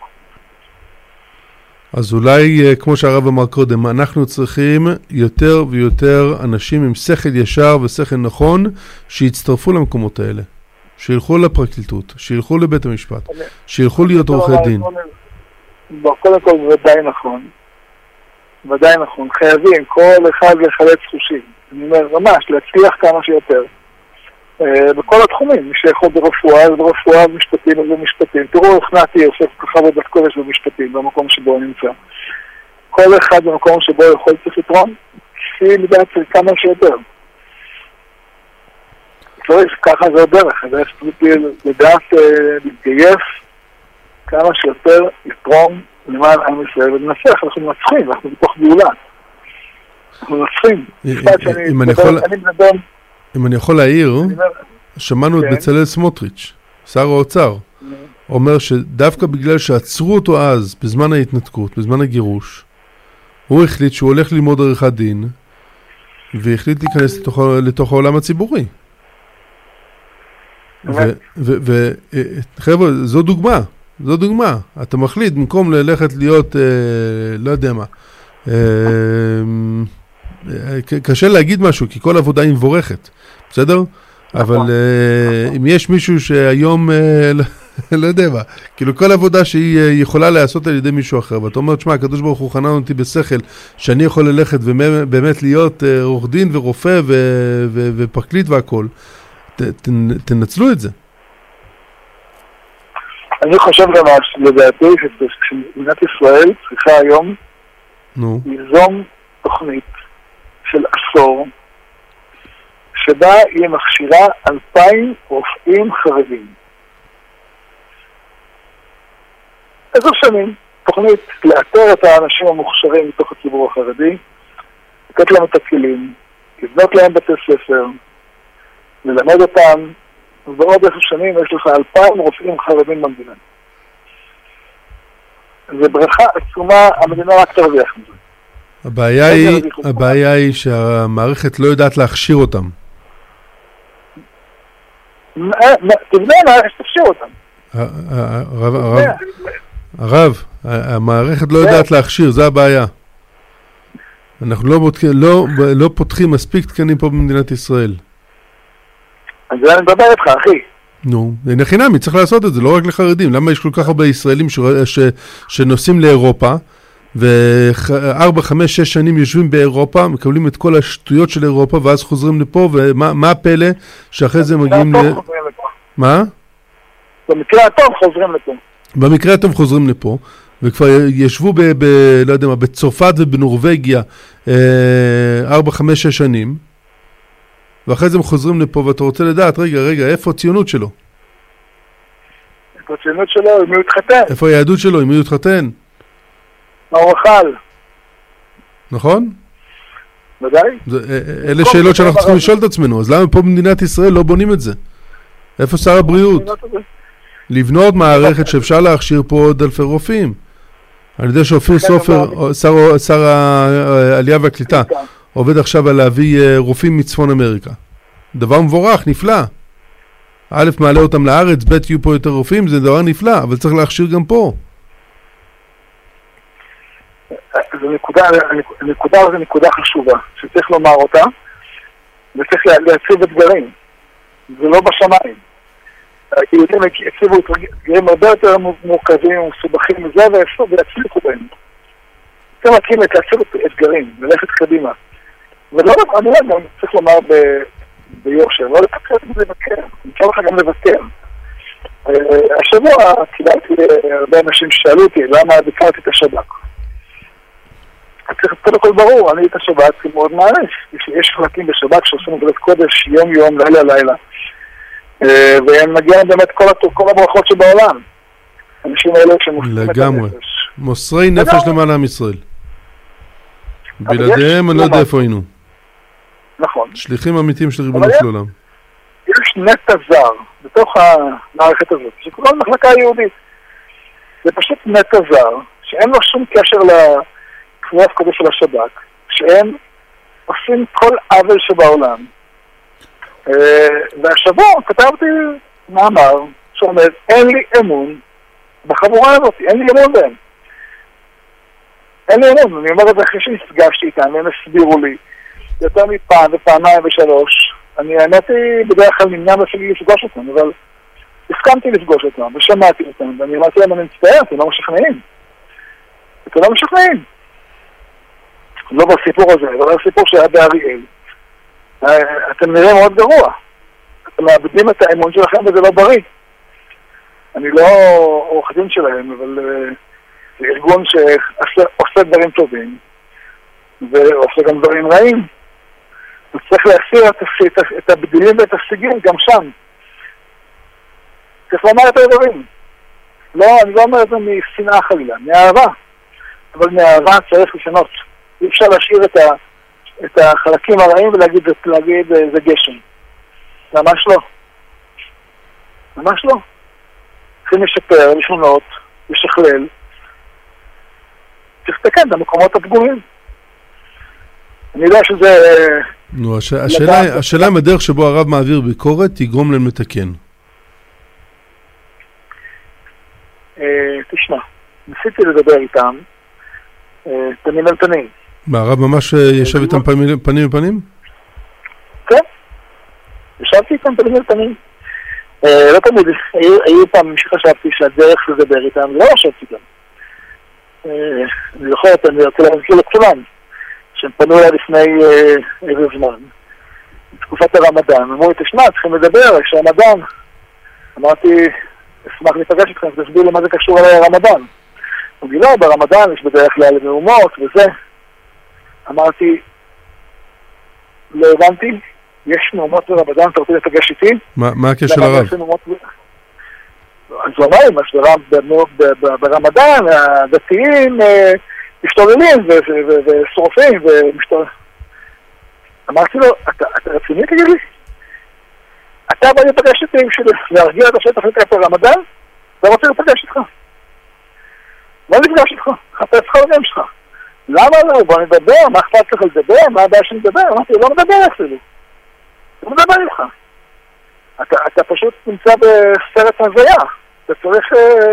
אז אולי, כמו שהרב אמר קודם, אנחנו צריכים יותר ויותר אנשים עם שכל ישר ושכל נכון שיצטרפו למקומות האלה, שילכו לפרקליטות, שילכו לבית המשפט, שילכו להיות עורכי דין. קודם כל זה ודאי נכון, ודאי נכון, חייבים כל אחד לחלץ חושים, אני אומר ממש להצליח כמה שיותר בכל התחומים, מי שיכול ברפואה, אז ברפואה, במשפטים, אז במשפטים. תראו איך נעתי עושה ככה עבודת קודש במשפטים, במקום שבו הוא נמצא. כל אחד במקום שבו יכול צריך לתרום, כפי לדעת כמה שיותר. צריך, ככה זה הדרך, הדרך צריך לדעת להתגייס כמה שיותר לתרום למען עם ישראל, וננסח, אנחנו מנצחים, אנחנו בתוך גאולה. אנחנו מנצחים. אם אני יכול להעיר, שמענו את בצלאל סמוטריץ', שר האוצר, אומר שדווקא בגלל שעצרו אותו אז, בזמן ההתנתקות, בזמן הגירוש, הוא החליט שהוא הולך ללמוד עריכת דין, והחליט להיכנס לתוך העולם הציבורי. וחבר'ה, זו דוגמה, זו דוגמה. אתה מחליט, במקום ללכת להיות, לא יודע מה, קשה להגיד משהו, כי כל עבודה היא מבורכת, בסדר? אבל אם יש מישהו שהיום, לא יודע מה, כאילו כל עבודה שהיא יכולה לעשות על ידי מישהו אחר, ואתה אומר, תשמע, הקדוש ברוך הוא חנן אותי בשכל, שאני יכול ללכת ובאמת להיות עורך דין ורופא ופרקליט והכל, תנצלו את זה. אני חושב גם לדעתי שמדינת ישראל צריכה היום ליזום תוכנית של עשור שבה היא מכשירה אלפיים רופאים חרדים. עשר שנים, תוכנית לאתר את האנשים המוכשרים מתוך הציבור החרדי, לתת להם את הכלים, לבנות להם בתי ספר, ללמד אותם, ובעוד עשר שנים יש לך אלפיים רופאים חרדים במדינה. זה ברכה עצומה, המדינה רק תרוויח מזה. הבעיה היא, הבעיה היא שהמערכת לא יודעת להכשיר אותם. תבנה מה, תכשיר אותם. הרב, המערכת לא יודעת להכשיר, זה הבעיה. אנחנו לא פותחים מספיק תקנים פה במדינת ישראל. אז זה אני מדבר איתך, אחי. נו, אין חינמי, צריך לעשות את זה, לא רק לחרדים. למה יש כל כך הרבה ישראלים שנוסעים לאירופה, וארבע, חמש, שש שנים יושבים באירופה, מקבלים את כל השטויות של אירופה, ואז חוזרים לפה, ומה הפלא שאחרי זה מגיעים ל... מה? במקרה הטוב חוזרים לפה. במקרה הטוב חוזרים לפה, וכבר ישבו ב... לא יודע מה, בצרפת ובנורווגיה, ארבע, חמש, שש שנים, ואחרי זה הם חוזרים לפה, ואתה רוצה לדעת, רגע, רגע, איפה הציונות שלו? איפה הציונות שלו? מי הוא התחתן? איפה היהדות שלו? מי הוא התחתן? מה הוא אכל? נכון? ודאי. אלה שאלות שאנחנו צריכים לשאול את עצמנו, אז למה פה במדינת ישראל לא בונים את זה? איפה שר הבריאות? לבנות מערכת שאפשר להכשיר פה עוד אלפי רופאים. אני יודע שאופיר סופר, שר העלייה והקליטה, עובד עכשיו על להביא רופאים מצפון אמריקה. דבר מבורך, נפלא. א', מעלה אותם לארץ, ב', יהיו פה יותר רופאים, זה דבר נפלא, אבל צריך להכשיר גם פה. זו נקודה, הנקודה זו נקודה חשובה, שצריך לומר אותה, וצריך להציב אתגרים. זה לא בשמיים. יהודים הציבו אתגרים הרבה יותר מורכבים ומסובכים מזה, ויצליחו בהם. צריך להקים את להציב אתגרים, ללכת קדימה. ולא, אני לא גם צריך לומר ביושר, לא לפקר, זה לבקר. נמצא לך גם לבקר. השבוע קיבלתי הרבה אנשים ששאלו אותי למה ביקרתי את השב"כ. צריך קודם כל ברור, אני את השב"כ מאוד מעריך. יש חלקים בשב"כ שעושים עבודת קודש יום יום, לילה לילה. והם מגיעים באמת כל הברכות שבעולם. האנשים האלה שמוסרים את לגמרי. הנפש. מוסרי נפש למעלה עם ישראל. בלעדיהם אני לא יודע איפה היינו. נכון. שליחים אמיתיים של ריבונו של עולם. יש נטע זר בתוך המערכת הזאת, שכולה מחלקה יהודית. זה פשוט נטע זר, שאין לו שום קשר לקבועת קודש של השב"כ, שהם עושים כל עוול שבעולם. והשבוע כתבתי מאמר שאומר, אין לי אמון בחבורה הזאת, אין לי אמון בהם. אין לי אמון, אני אומר את זה אחרי שנפגשתי איתם, והם הסבירו לי, יותר מפעם ופעמיים ושלוש, אני האמת היא בדרך כלל נמנע אפילו לפגוש אותם, אבל הסכמתי לפגוש אותם, ושמעתי אותם, ואני אמרתי להם, אני מצטער, אתם לא משכנעים. אתם לא משכנעים. לא בסיפור הזה, אבל הסיפור שהיה באריאל. אתם נראים מאוד גרוע. אתם מאבדים את האמון שלכם וזה לא בריא. אני לא עורך דין שלהם, אבל זה ארגון שעושה דברים טובים, ועושה גם דברים רעים. וצריך להסיר את הבדילים ואת השיגים גם שם. צריך לומר את הדברים. לא, אני לא אומר את זה משנאה חלילה, מאהבה. אבל מאהבה צריך לשנות. אי אפשר להשאיר את, ה, את החלקים הרעים ולהגיד להגיד, זה גשם. ממש לא. ממש לא. צריכים לשפר, לשנות, לשכלל. צריך לתקן את המקומות הפגומים. אני יודע שזה... נו, הש... השאלה, השאלה אם הדרך שבו הרב מעביר ביקורת תגרום להם לתקן. תשמע, ניסיתי לדבר איתם, פנים אל פנים. מה, הרב ממש ישב איתם פנים בפנים? כן, ישבתי איתם פנים אל פנים. לא תמיד, היו פעם שחשבתי שהדרך לדבר איתם, לא ישבתי איתם. אני זוכר, אני רוצה להזכיר לכולם, שהם פנו אליי לפני איזה זמן, בתקופת הרמדאן, אמרו לי, תשמע, צריכים לדבר, יש רמדאן. אמרתי, אשמח להיפגש איתכם, תסביר לי מה זה קשור אליי הרמדאן. אמרתי, לא, ברמדאן יש בדרך כלל נאומות וזה. אמרתי, לא הבנתי, יש נאומות ברמדאן, אתה רוצה להיפגש איתי? מה הקשר לרב? אז הוא אמר, ברמדאן הדתיים משתוללים ושורפים ומשתוללים. אמרתי לו, אתה רציני תגיד לי? אתה בא להיפגש איתי בשביל להרגיע את השטח לקראת הרמדאן? אתה רוצה להיפגש איתך? לא נפגש איתך, חפש חברים שלך. למה לא? בוא נדבר, מה אכפת לך לדבר? מה הבעיה שנדבר? אמרתי, לא מדבר אפילו. לא מדבר איתך. אתה, אתה פשוט נמצא בסרט הזיה. אתה צריך...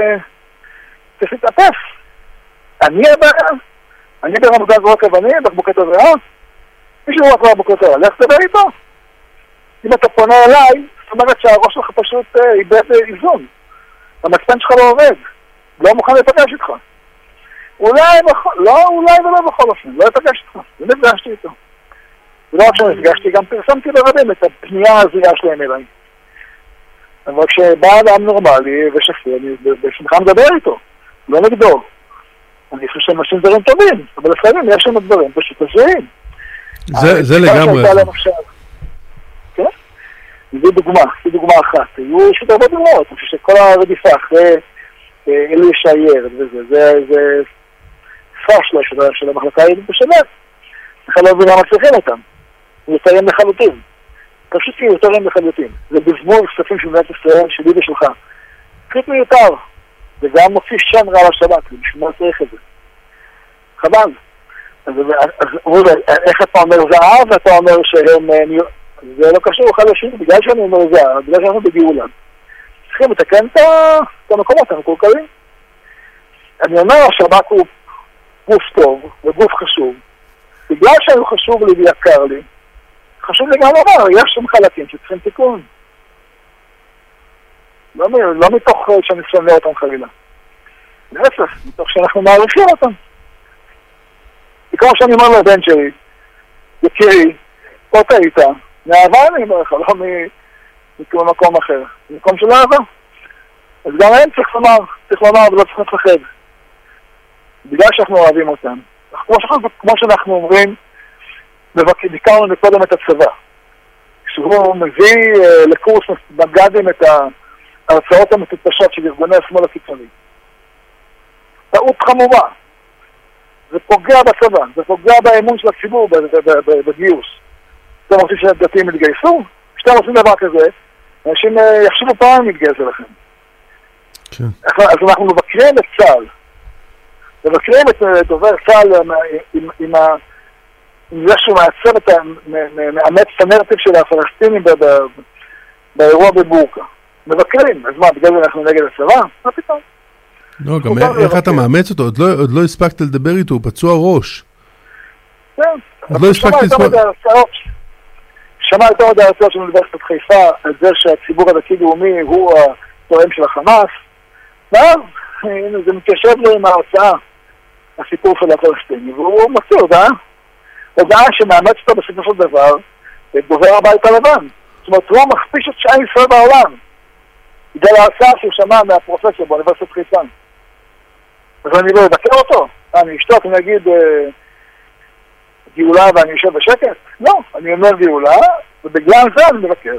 צריך להתאפס. אני הבעיה. אני ברמדאן זרוק אבנים, בקבוקי תבערה. מישהו רק בקבוקי תבערה, לך תדבר איתו. אם אתה פונה אליי, זאת אומרת שהראש שלך פשוט איבד איזון. המצפן שלך לא עובד. לא מוכן לפגש איתך. אולי, לא, אולי ולא בכל אופן. לא לפגש איתך. ונפגשתי איתו. ולא רק שנפגשתי, גם פרסמתי לרבים את הפנייה הזויה שלהם אליי. אבל כשבא אדם נורמלי ושפוי, אני בשמחה מדבר איתו. לא נגדו. אני חושב שהם עושים דברים טובים, אבל לפעמים יש שם דברים פשוט הזויים. זה לגמרי. כן? זו דוגמה, זו דוגמה אחת. היו יש הרבה דוגמאות, אני חושב שכל הרדיפה אחרי אלי שייר וזה, זה פשלה של המחלקה היהודית בשבת. בכלל לא מבינה מצליחים אותם. מיותרים לחלוטין. פשוט מיותרים לחלוטין. זה בזמון כספים של מדינת ישראל, שלי ושלך. פשוט מיותר. וגם מוציא שם רע לשבת, בשביל מה צריך את זה. חבל. אז איך אתה אומר זהב, ואתה אומר שהם... זה לא קשור אחד לשני, בגלל שאני אומר זהב, בגלל שאנחנו בגאולה. צריכים לתקן את המקומות המקולקלים. אני אומר, השב"כ הוא גוף טוב, וגוף חשוב. בגלל שהוא חשוב לי ויקר לי, חשוב לי גם לומר, יש שם חלקים שצריכים תיקון. לא, לא מתוך שאני שונא אותם חלילה. להפך, מתוך שאנחנו מעריכים אותם. וכמו שאני אומר לבן שלי, יקירי, פה טעית, מאהבה אני אומר לך, לא מכאן מקום אחר. מקום של אהבה. אז גם הם צריך לומר, צריך לומר ולא צריך לפחד. בגלל שאנחנו אוהבים אותם. כמו שאנחנו, כמו שאנחנו אומרים, ביקרנו מקודם את הצבא. כשהוא מביא לקורס מג"דים את ההרצאות המטופשות של ארגוני השמאל הקיצוני. טעות חמורה. זה פוגע בצבא, זה פוגע באמון של הציבור בגיוס. אתם רוצים שהדתיים יתגייסו? כשאתם עושים דבר כזה, אנשים יחשבו פעם להתגייס אליכם. אז אנחנו מבקרים את צה"ל. מבקרים את דובר צה"ל עם זה שהוא מעצב, מאמץ את הנרטיב של הפלסטינים באירוע בבורקה. מבקרים, אז מה, בגלל זה אנחנו נגד הצבא? מה פתאום? לא, גם איך אתה מאמץ אותו? עוד לא הספקת לדבר איתו, הוא פצוע ראש. כן. עוד לא הספקת לספק. שמע יותר עוד ההרצאות של אוניברסיטת חיפה על זה שהציבור הדתי-לאומי הוא התואם של החמאס. ואז, זה מתיישב לו עם ההרצאה, הסיפור של הפלסטיני, והוא מציא הודעה. הודעה שמאמץ אותו בסופו של דבר, דובר הבית הלבן. זאת אומרת, הוא מכפיש את שער ישראל בעולם. בגלל ההרצאה שהוא שמע מהפרופסור באוניברסיטת חיפה. אז אני לא אבקר אותו. אני אשתוק, אני אגיד גאולה ואני יושב בשקט? לא, אני אומר גאולה, ובגלל זה אני מבקר.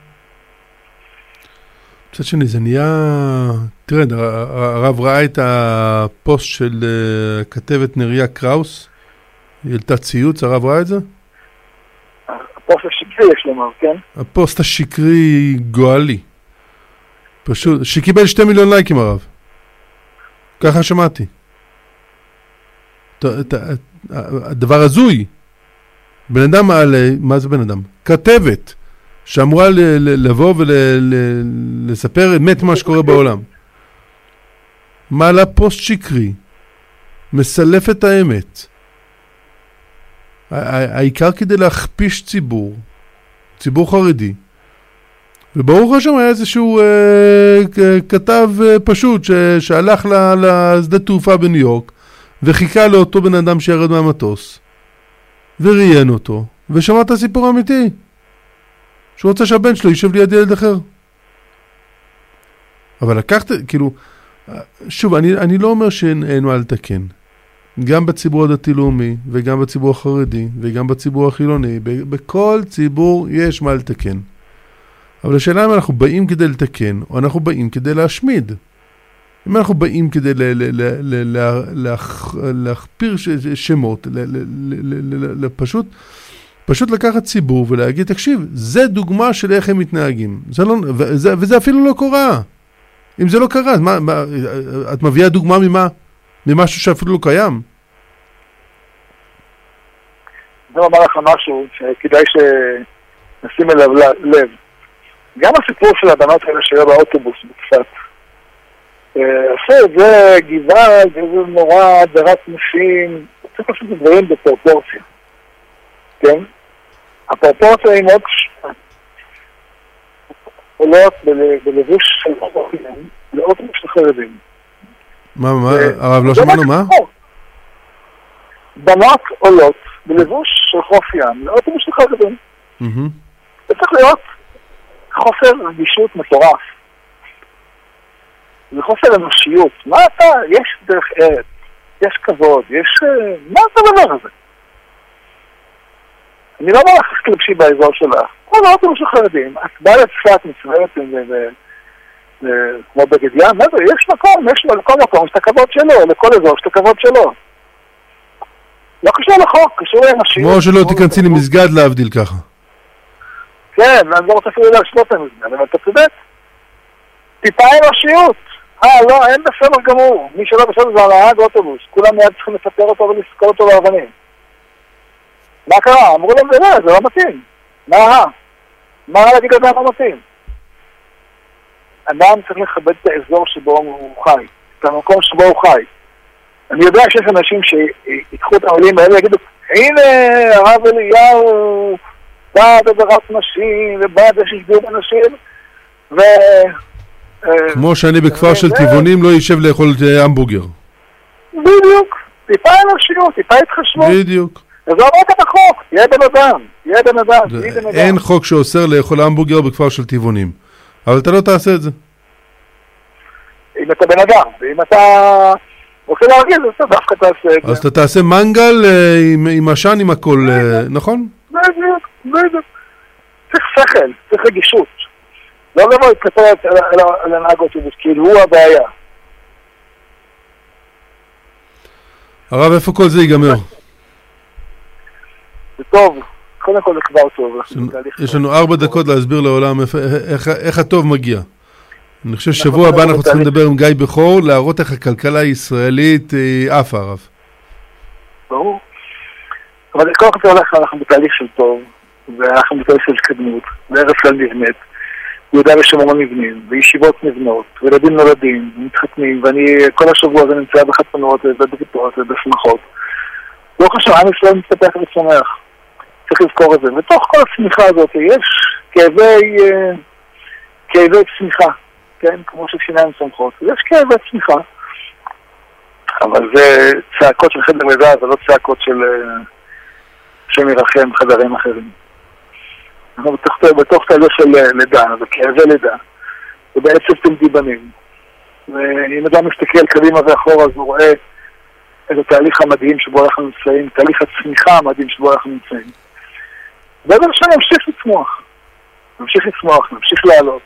קצת שני, זה נהיה... תראה, הרב ראה את הפוסט של כתבת נריה קראוס, היא העלתה ציוץ, הרב ראה את זה? הפוסט השקרי יש לומר, כן? הפוסט השקרי גואלי. פשוט, שקיבל שתי מיליון לייקים הרב. ככה שמעתי. הדבר הזוי. בן אדם מעלה, מה זה בן אדם? כתבת, שאמורה לבוא ולספר אמת מה שקורה בעולם. מעלה פוסט שקרי, מסלף את האמת. העיקר כדי להכפיש ציבור, ציבור חרדי, וברוך השם היה איזשהו אה, כתב אה, פשוט ש, שהלך לשדה תעופה בניו יורק וחיכה לאותו בן אדם שירד מהמטוס וראיין אותו ושמע את הסיפור האמיתי שהוא רוצה שהבן שלו יישב ליד ילד אחר. אבל לקחת, כאילו, שוב, אני, אני לא אומר שאין מה לתקן. גם בציבור הדתי-לאומי וגם בציבור החרדי וגם בציבור החילוני, בכל ציבור יש מה לתקן. אבל השאלה אם אנחנו באים כדי לתקן, או אנחנו באים כדי להשמיד. אם אנחנו באים כדי להכפיר שמות, פשוט, פשוט לקחת ציבור ולהגיד, תקשיב, זה דוגמה של איך הם מתנהגים. זה לא, וזה, וזה אפילו לא קורה. אם זה לא קרה, אז מה, מה, את מביאה דוגמה ממה? ממשהו שאפילו לא קיים? אני אומר לך משהו שכדאי שנשים אליו לב. גם הסיפור של הבנות האלה שהיה באוטובוס בצפת, עושה את זה גבעל, וזה נורא הדרת נשים, צריך לעשות את דברים בפרופורציה. כן? הפרופורציה היא מאוד קשה. עולות בלבוש של חרדים, לאוטובוס של חרדים. מה, מה? הרב לא שמענו מה? בנות עולות בלבוש של חוף ים, לאוטובוס של חרדים. זה צריך להיות חוסר רגישות מטורף. זה חוסר אנושיות. מה אתה? יש דרך ארץ, יש כבוד, יש... מה אתה דבר הזה? אני לא אומר לך שתלבשי באזור שלך. כל האוטובוס של חרדים, את באה לצפת מצוות כמו בגד ים, מה זה? יש מקום, יש לכל מקום, יש את הכבוד שלו, לכל אזור, יש את הכבוד שלו. לא קשור לחוק, קשור לאנושיות. כמו שלא תיכנסי למסגד להבדיל ככה. כן, אני לא רוצה אפילו להשלות למסגד, אבל אתה צודק. טיפה אנושיות. אה, לא, אין בסדר גמור. מי שלא בסדר זה הנהג אוטובוס. כולם מיד צריכים לפטר אותו ולסקול אותו לאבנים. מה קרה? אמרו להם, זה לא, זה לא מתאים. מה? מה להגיד לזה לא מתאים? אדם צריך לכבד את האזור שבו הוא חי. את המקום שבו הוא חי. אני יודע שיש אנשים שיקחו את העולים האלה ויגידו, הנה, הרב אליהו, בעד הדרת נשים, ובעד הששבור אנשים, ו... כמו שאני בכפר של טבעונים לא יישב לאכול המבורגר. בדיוק. טיפה אנושיות, טיפה התחשבות. בדיוק. אז לא רק את החוק, יהיה בן אדם, יהיה בן אדם, יהיה בן אדם. אין חוק שאוסר לאכול המבורגר בכפר של טבעונים. אבל אתה לא תעשה את זה. אם אתה בן אדם, ואם אתה רוצה להרגיז, אז אתה דווקא תעשה את זה. אז אתה תעשה מנגל עם עשן, עם הכל, נכון? בדיוק, בדיוק. צריך שכל, צריך רגישות. לא לבוא להתקפל על הנהג אוטובוס, כאילו הוא הבעיה. הרב, איפה כל זה ייגמר? זה טוב, קודם כל זה כבר טוב. יש לנו ארבע דקות להסביר לעולם איך הטוב מגיע. אני חושב ששבוע הבא אנחנו צריכים לדבר עם גיא בכור, להראות איך הכלכלה הישראלית עפה, הרב. ברור. אבל כל כך הולך, אנחנו בתהליך של טוב, ואנחנו בתהליך של התקדמות, וארץ כלל נבנית, יהודה ושומרון נבנים, וישיבות נבנות, וילדים נולדים, ומתחתנים, ואני כל השבוע הזה נמצא בחתונות ובבריתות ובשמחות. לא חשוב, עם ישראל מתפתח וצומח. צריך לזכור את זה. בתוך כל הצמיחה הזאת יש כאבי, כאבי צמיחה, כן? כמו ששיניים צומחות. יש כאבי צמיחה. אבל זה צעקות של חדר לידה, זה לא צעקות של שם ירחם חדרים אחרים. אנחנו בתוך, בתוך תהליך של לידה, זה כאבי לידה. זה בעצם תמדי בנים. ואם אדם מסתכל קדימה ואחורה, אז הוא רואה את התהליך המדהים שבו אנחנו נמצאים, תהליך הצמיחה המדהים שבו אנחנו נמצאים. ובעצם שם נמשיך לצמוח. נמשיך לצמוח, נמשיך לעלות.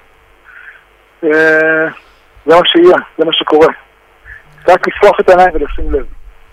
זה מה שיהיה, זה מה שקורה. רק לפקוח את העיניים ולשים לב.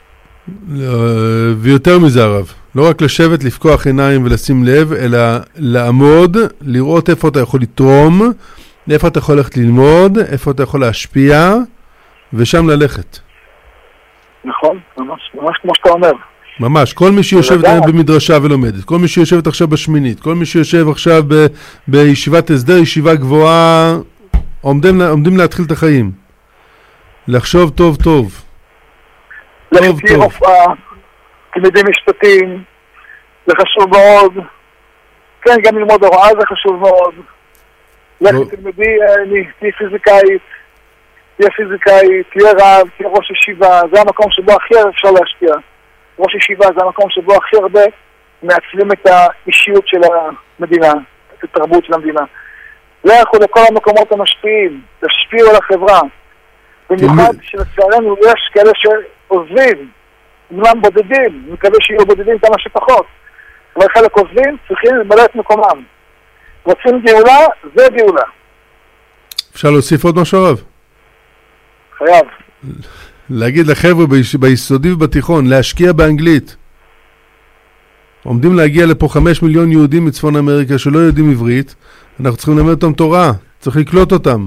ויותר מזה הרב, לא רק לשבת, לפקוח עיניים ולשים לב, אלא לעמוד, לראות איפה אתה יכול לתרום, איפה אתה יכול ללכת ללמוד, איפה אתה יכול להשפיע, ושם ללכת. נכון, ממש, ממש כמו שאתה אומר. ממש, כל מי שיושבת היום במדרשה ולומדת, כל מי שיושבת עכשיו בשמינית, כל מי שיושב עכשיו ב- בישיבת הסדר, ישיבה גבוהה, עומדים, עומדים להתחיל את החיים. לחשוב טוב טוב. טוב טוב. רופאה, תלמידי משפטים, זה חשוב מאוד. כן, גם ללמוד הוראה זה חשוב מאוד. לך תלמידי, תהיה פיזיקאית, תהיה פיזיקאית, תהיה רב, תהיה ראש ישיבה, זה המקום שבו הכי אפשר להשפיע. ראש ישיבה זה המקום שבו הכי הרבה מעצבים את האישיות של המדינה, את התרבות של המדינה. לכו לכל המקומות המשפיעים, תשפיעו על החברה. במיוחד שלצערנו יש כאלה שעוזבים, אמנם בודדים, מקווה שיהיו בודדים כמה שפחות, אבל חלק עוזבים, צריכים למלא את מקומם. רוצים גאולה, זה גאולה. אפשר להוסיף עוד משהו הרב? חייב. להגיד לחבר'ה ביסודי ובתיכון, להשקיע באנגלית. עומדים להגיע לפה חמש מיליון יהודים מצפון אמריקה שלא יודעים עברית, אנחנו צריכים ללמד אותם תורה, צריך לקלוט אותם.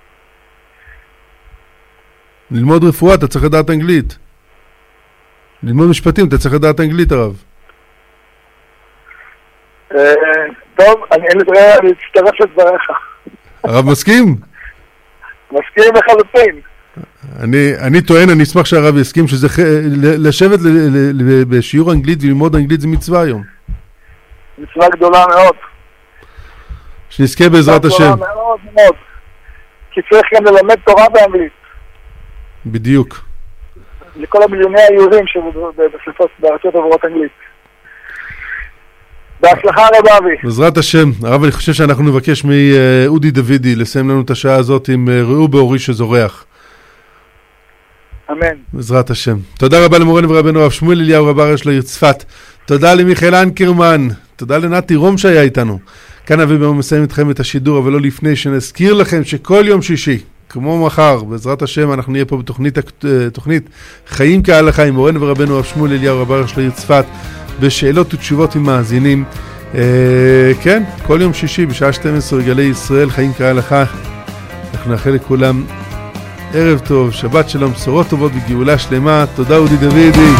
ללמוד רפואה, אתה צריך לדעת אנגלית. ללמוד משפטים, אתה צריך לדעת אנגלית, הרב. טוב, אני אצטרף לדבריך. הרב מסכים? מסכים לחלוטין. אני, אני טוען, אני אשמח שהרב יסכים שזה לשבת בשיעור אנגלית וללמוד אנגלית זה מצווה היום. מצווה גדולה מאוד. שנזכה בעזרת השם. מצווה גדולה מאוד מאוד. כי צריך גם ללמד תורה באנגלית. בדיוק. לכל המיליוני היהודים שבספות בארצות עבורות אנגלית. בהצלחה רבה אבי. בעזרת השם. הרב, אני חושב שאנחנו נבקש מאודי דוידי לסיים לנו את השעה הזאת עם ראו באורי שזורח. אמן. בעזרת השם. תודה רבה למורנו ורבנו הרב שמואל אליהו רב הראשי לעיר צפת. תודה למיכאל אנקרמן. תודה לנתי רום שהיה איתנו. כאן אבי ביום מסיים איתכם את השידור, אבל לא לפני שנזכיר לכם שכל יום שישי, כמו מחר, בעזרת השם, אנחנו נהיה פה בתוכנית תוכנית חיים כהלכה עם מורנו ורבנו הרב שמואל אליהו רב הראשי לעיר צפת, בשאלות ותשובות עם מאזינים. אה, כן, כל יום שישי בשעה שתים עשרה גלי ישראל, חיים כהלכה. אנחנו נאחל לכולם ערב טוב, שבת שלום, בשורות טובות וגאולה שלמה. תודה אודי דוידי.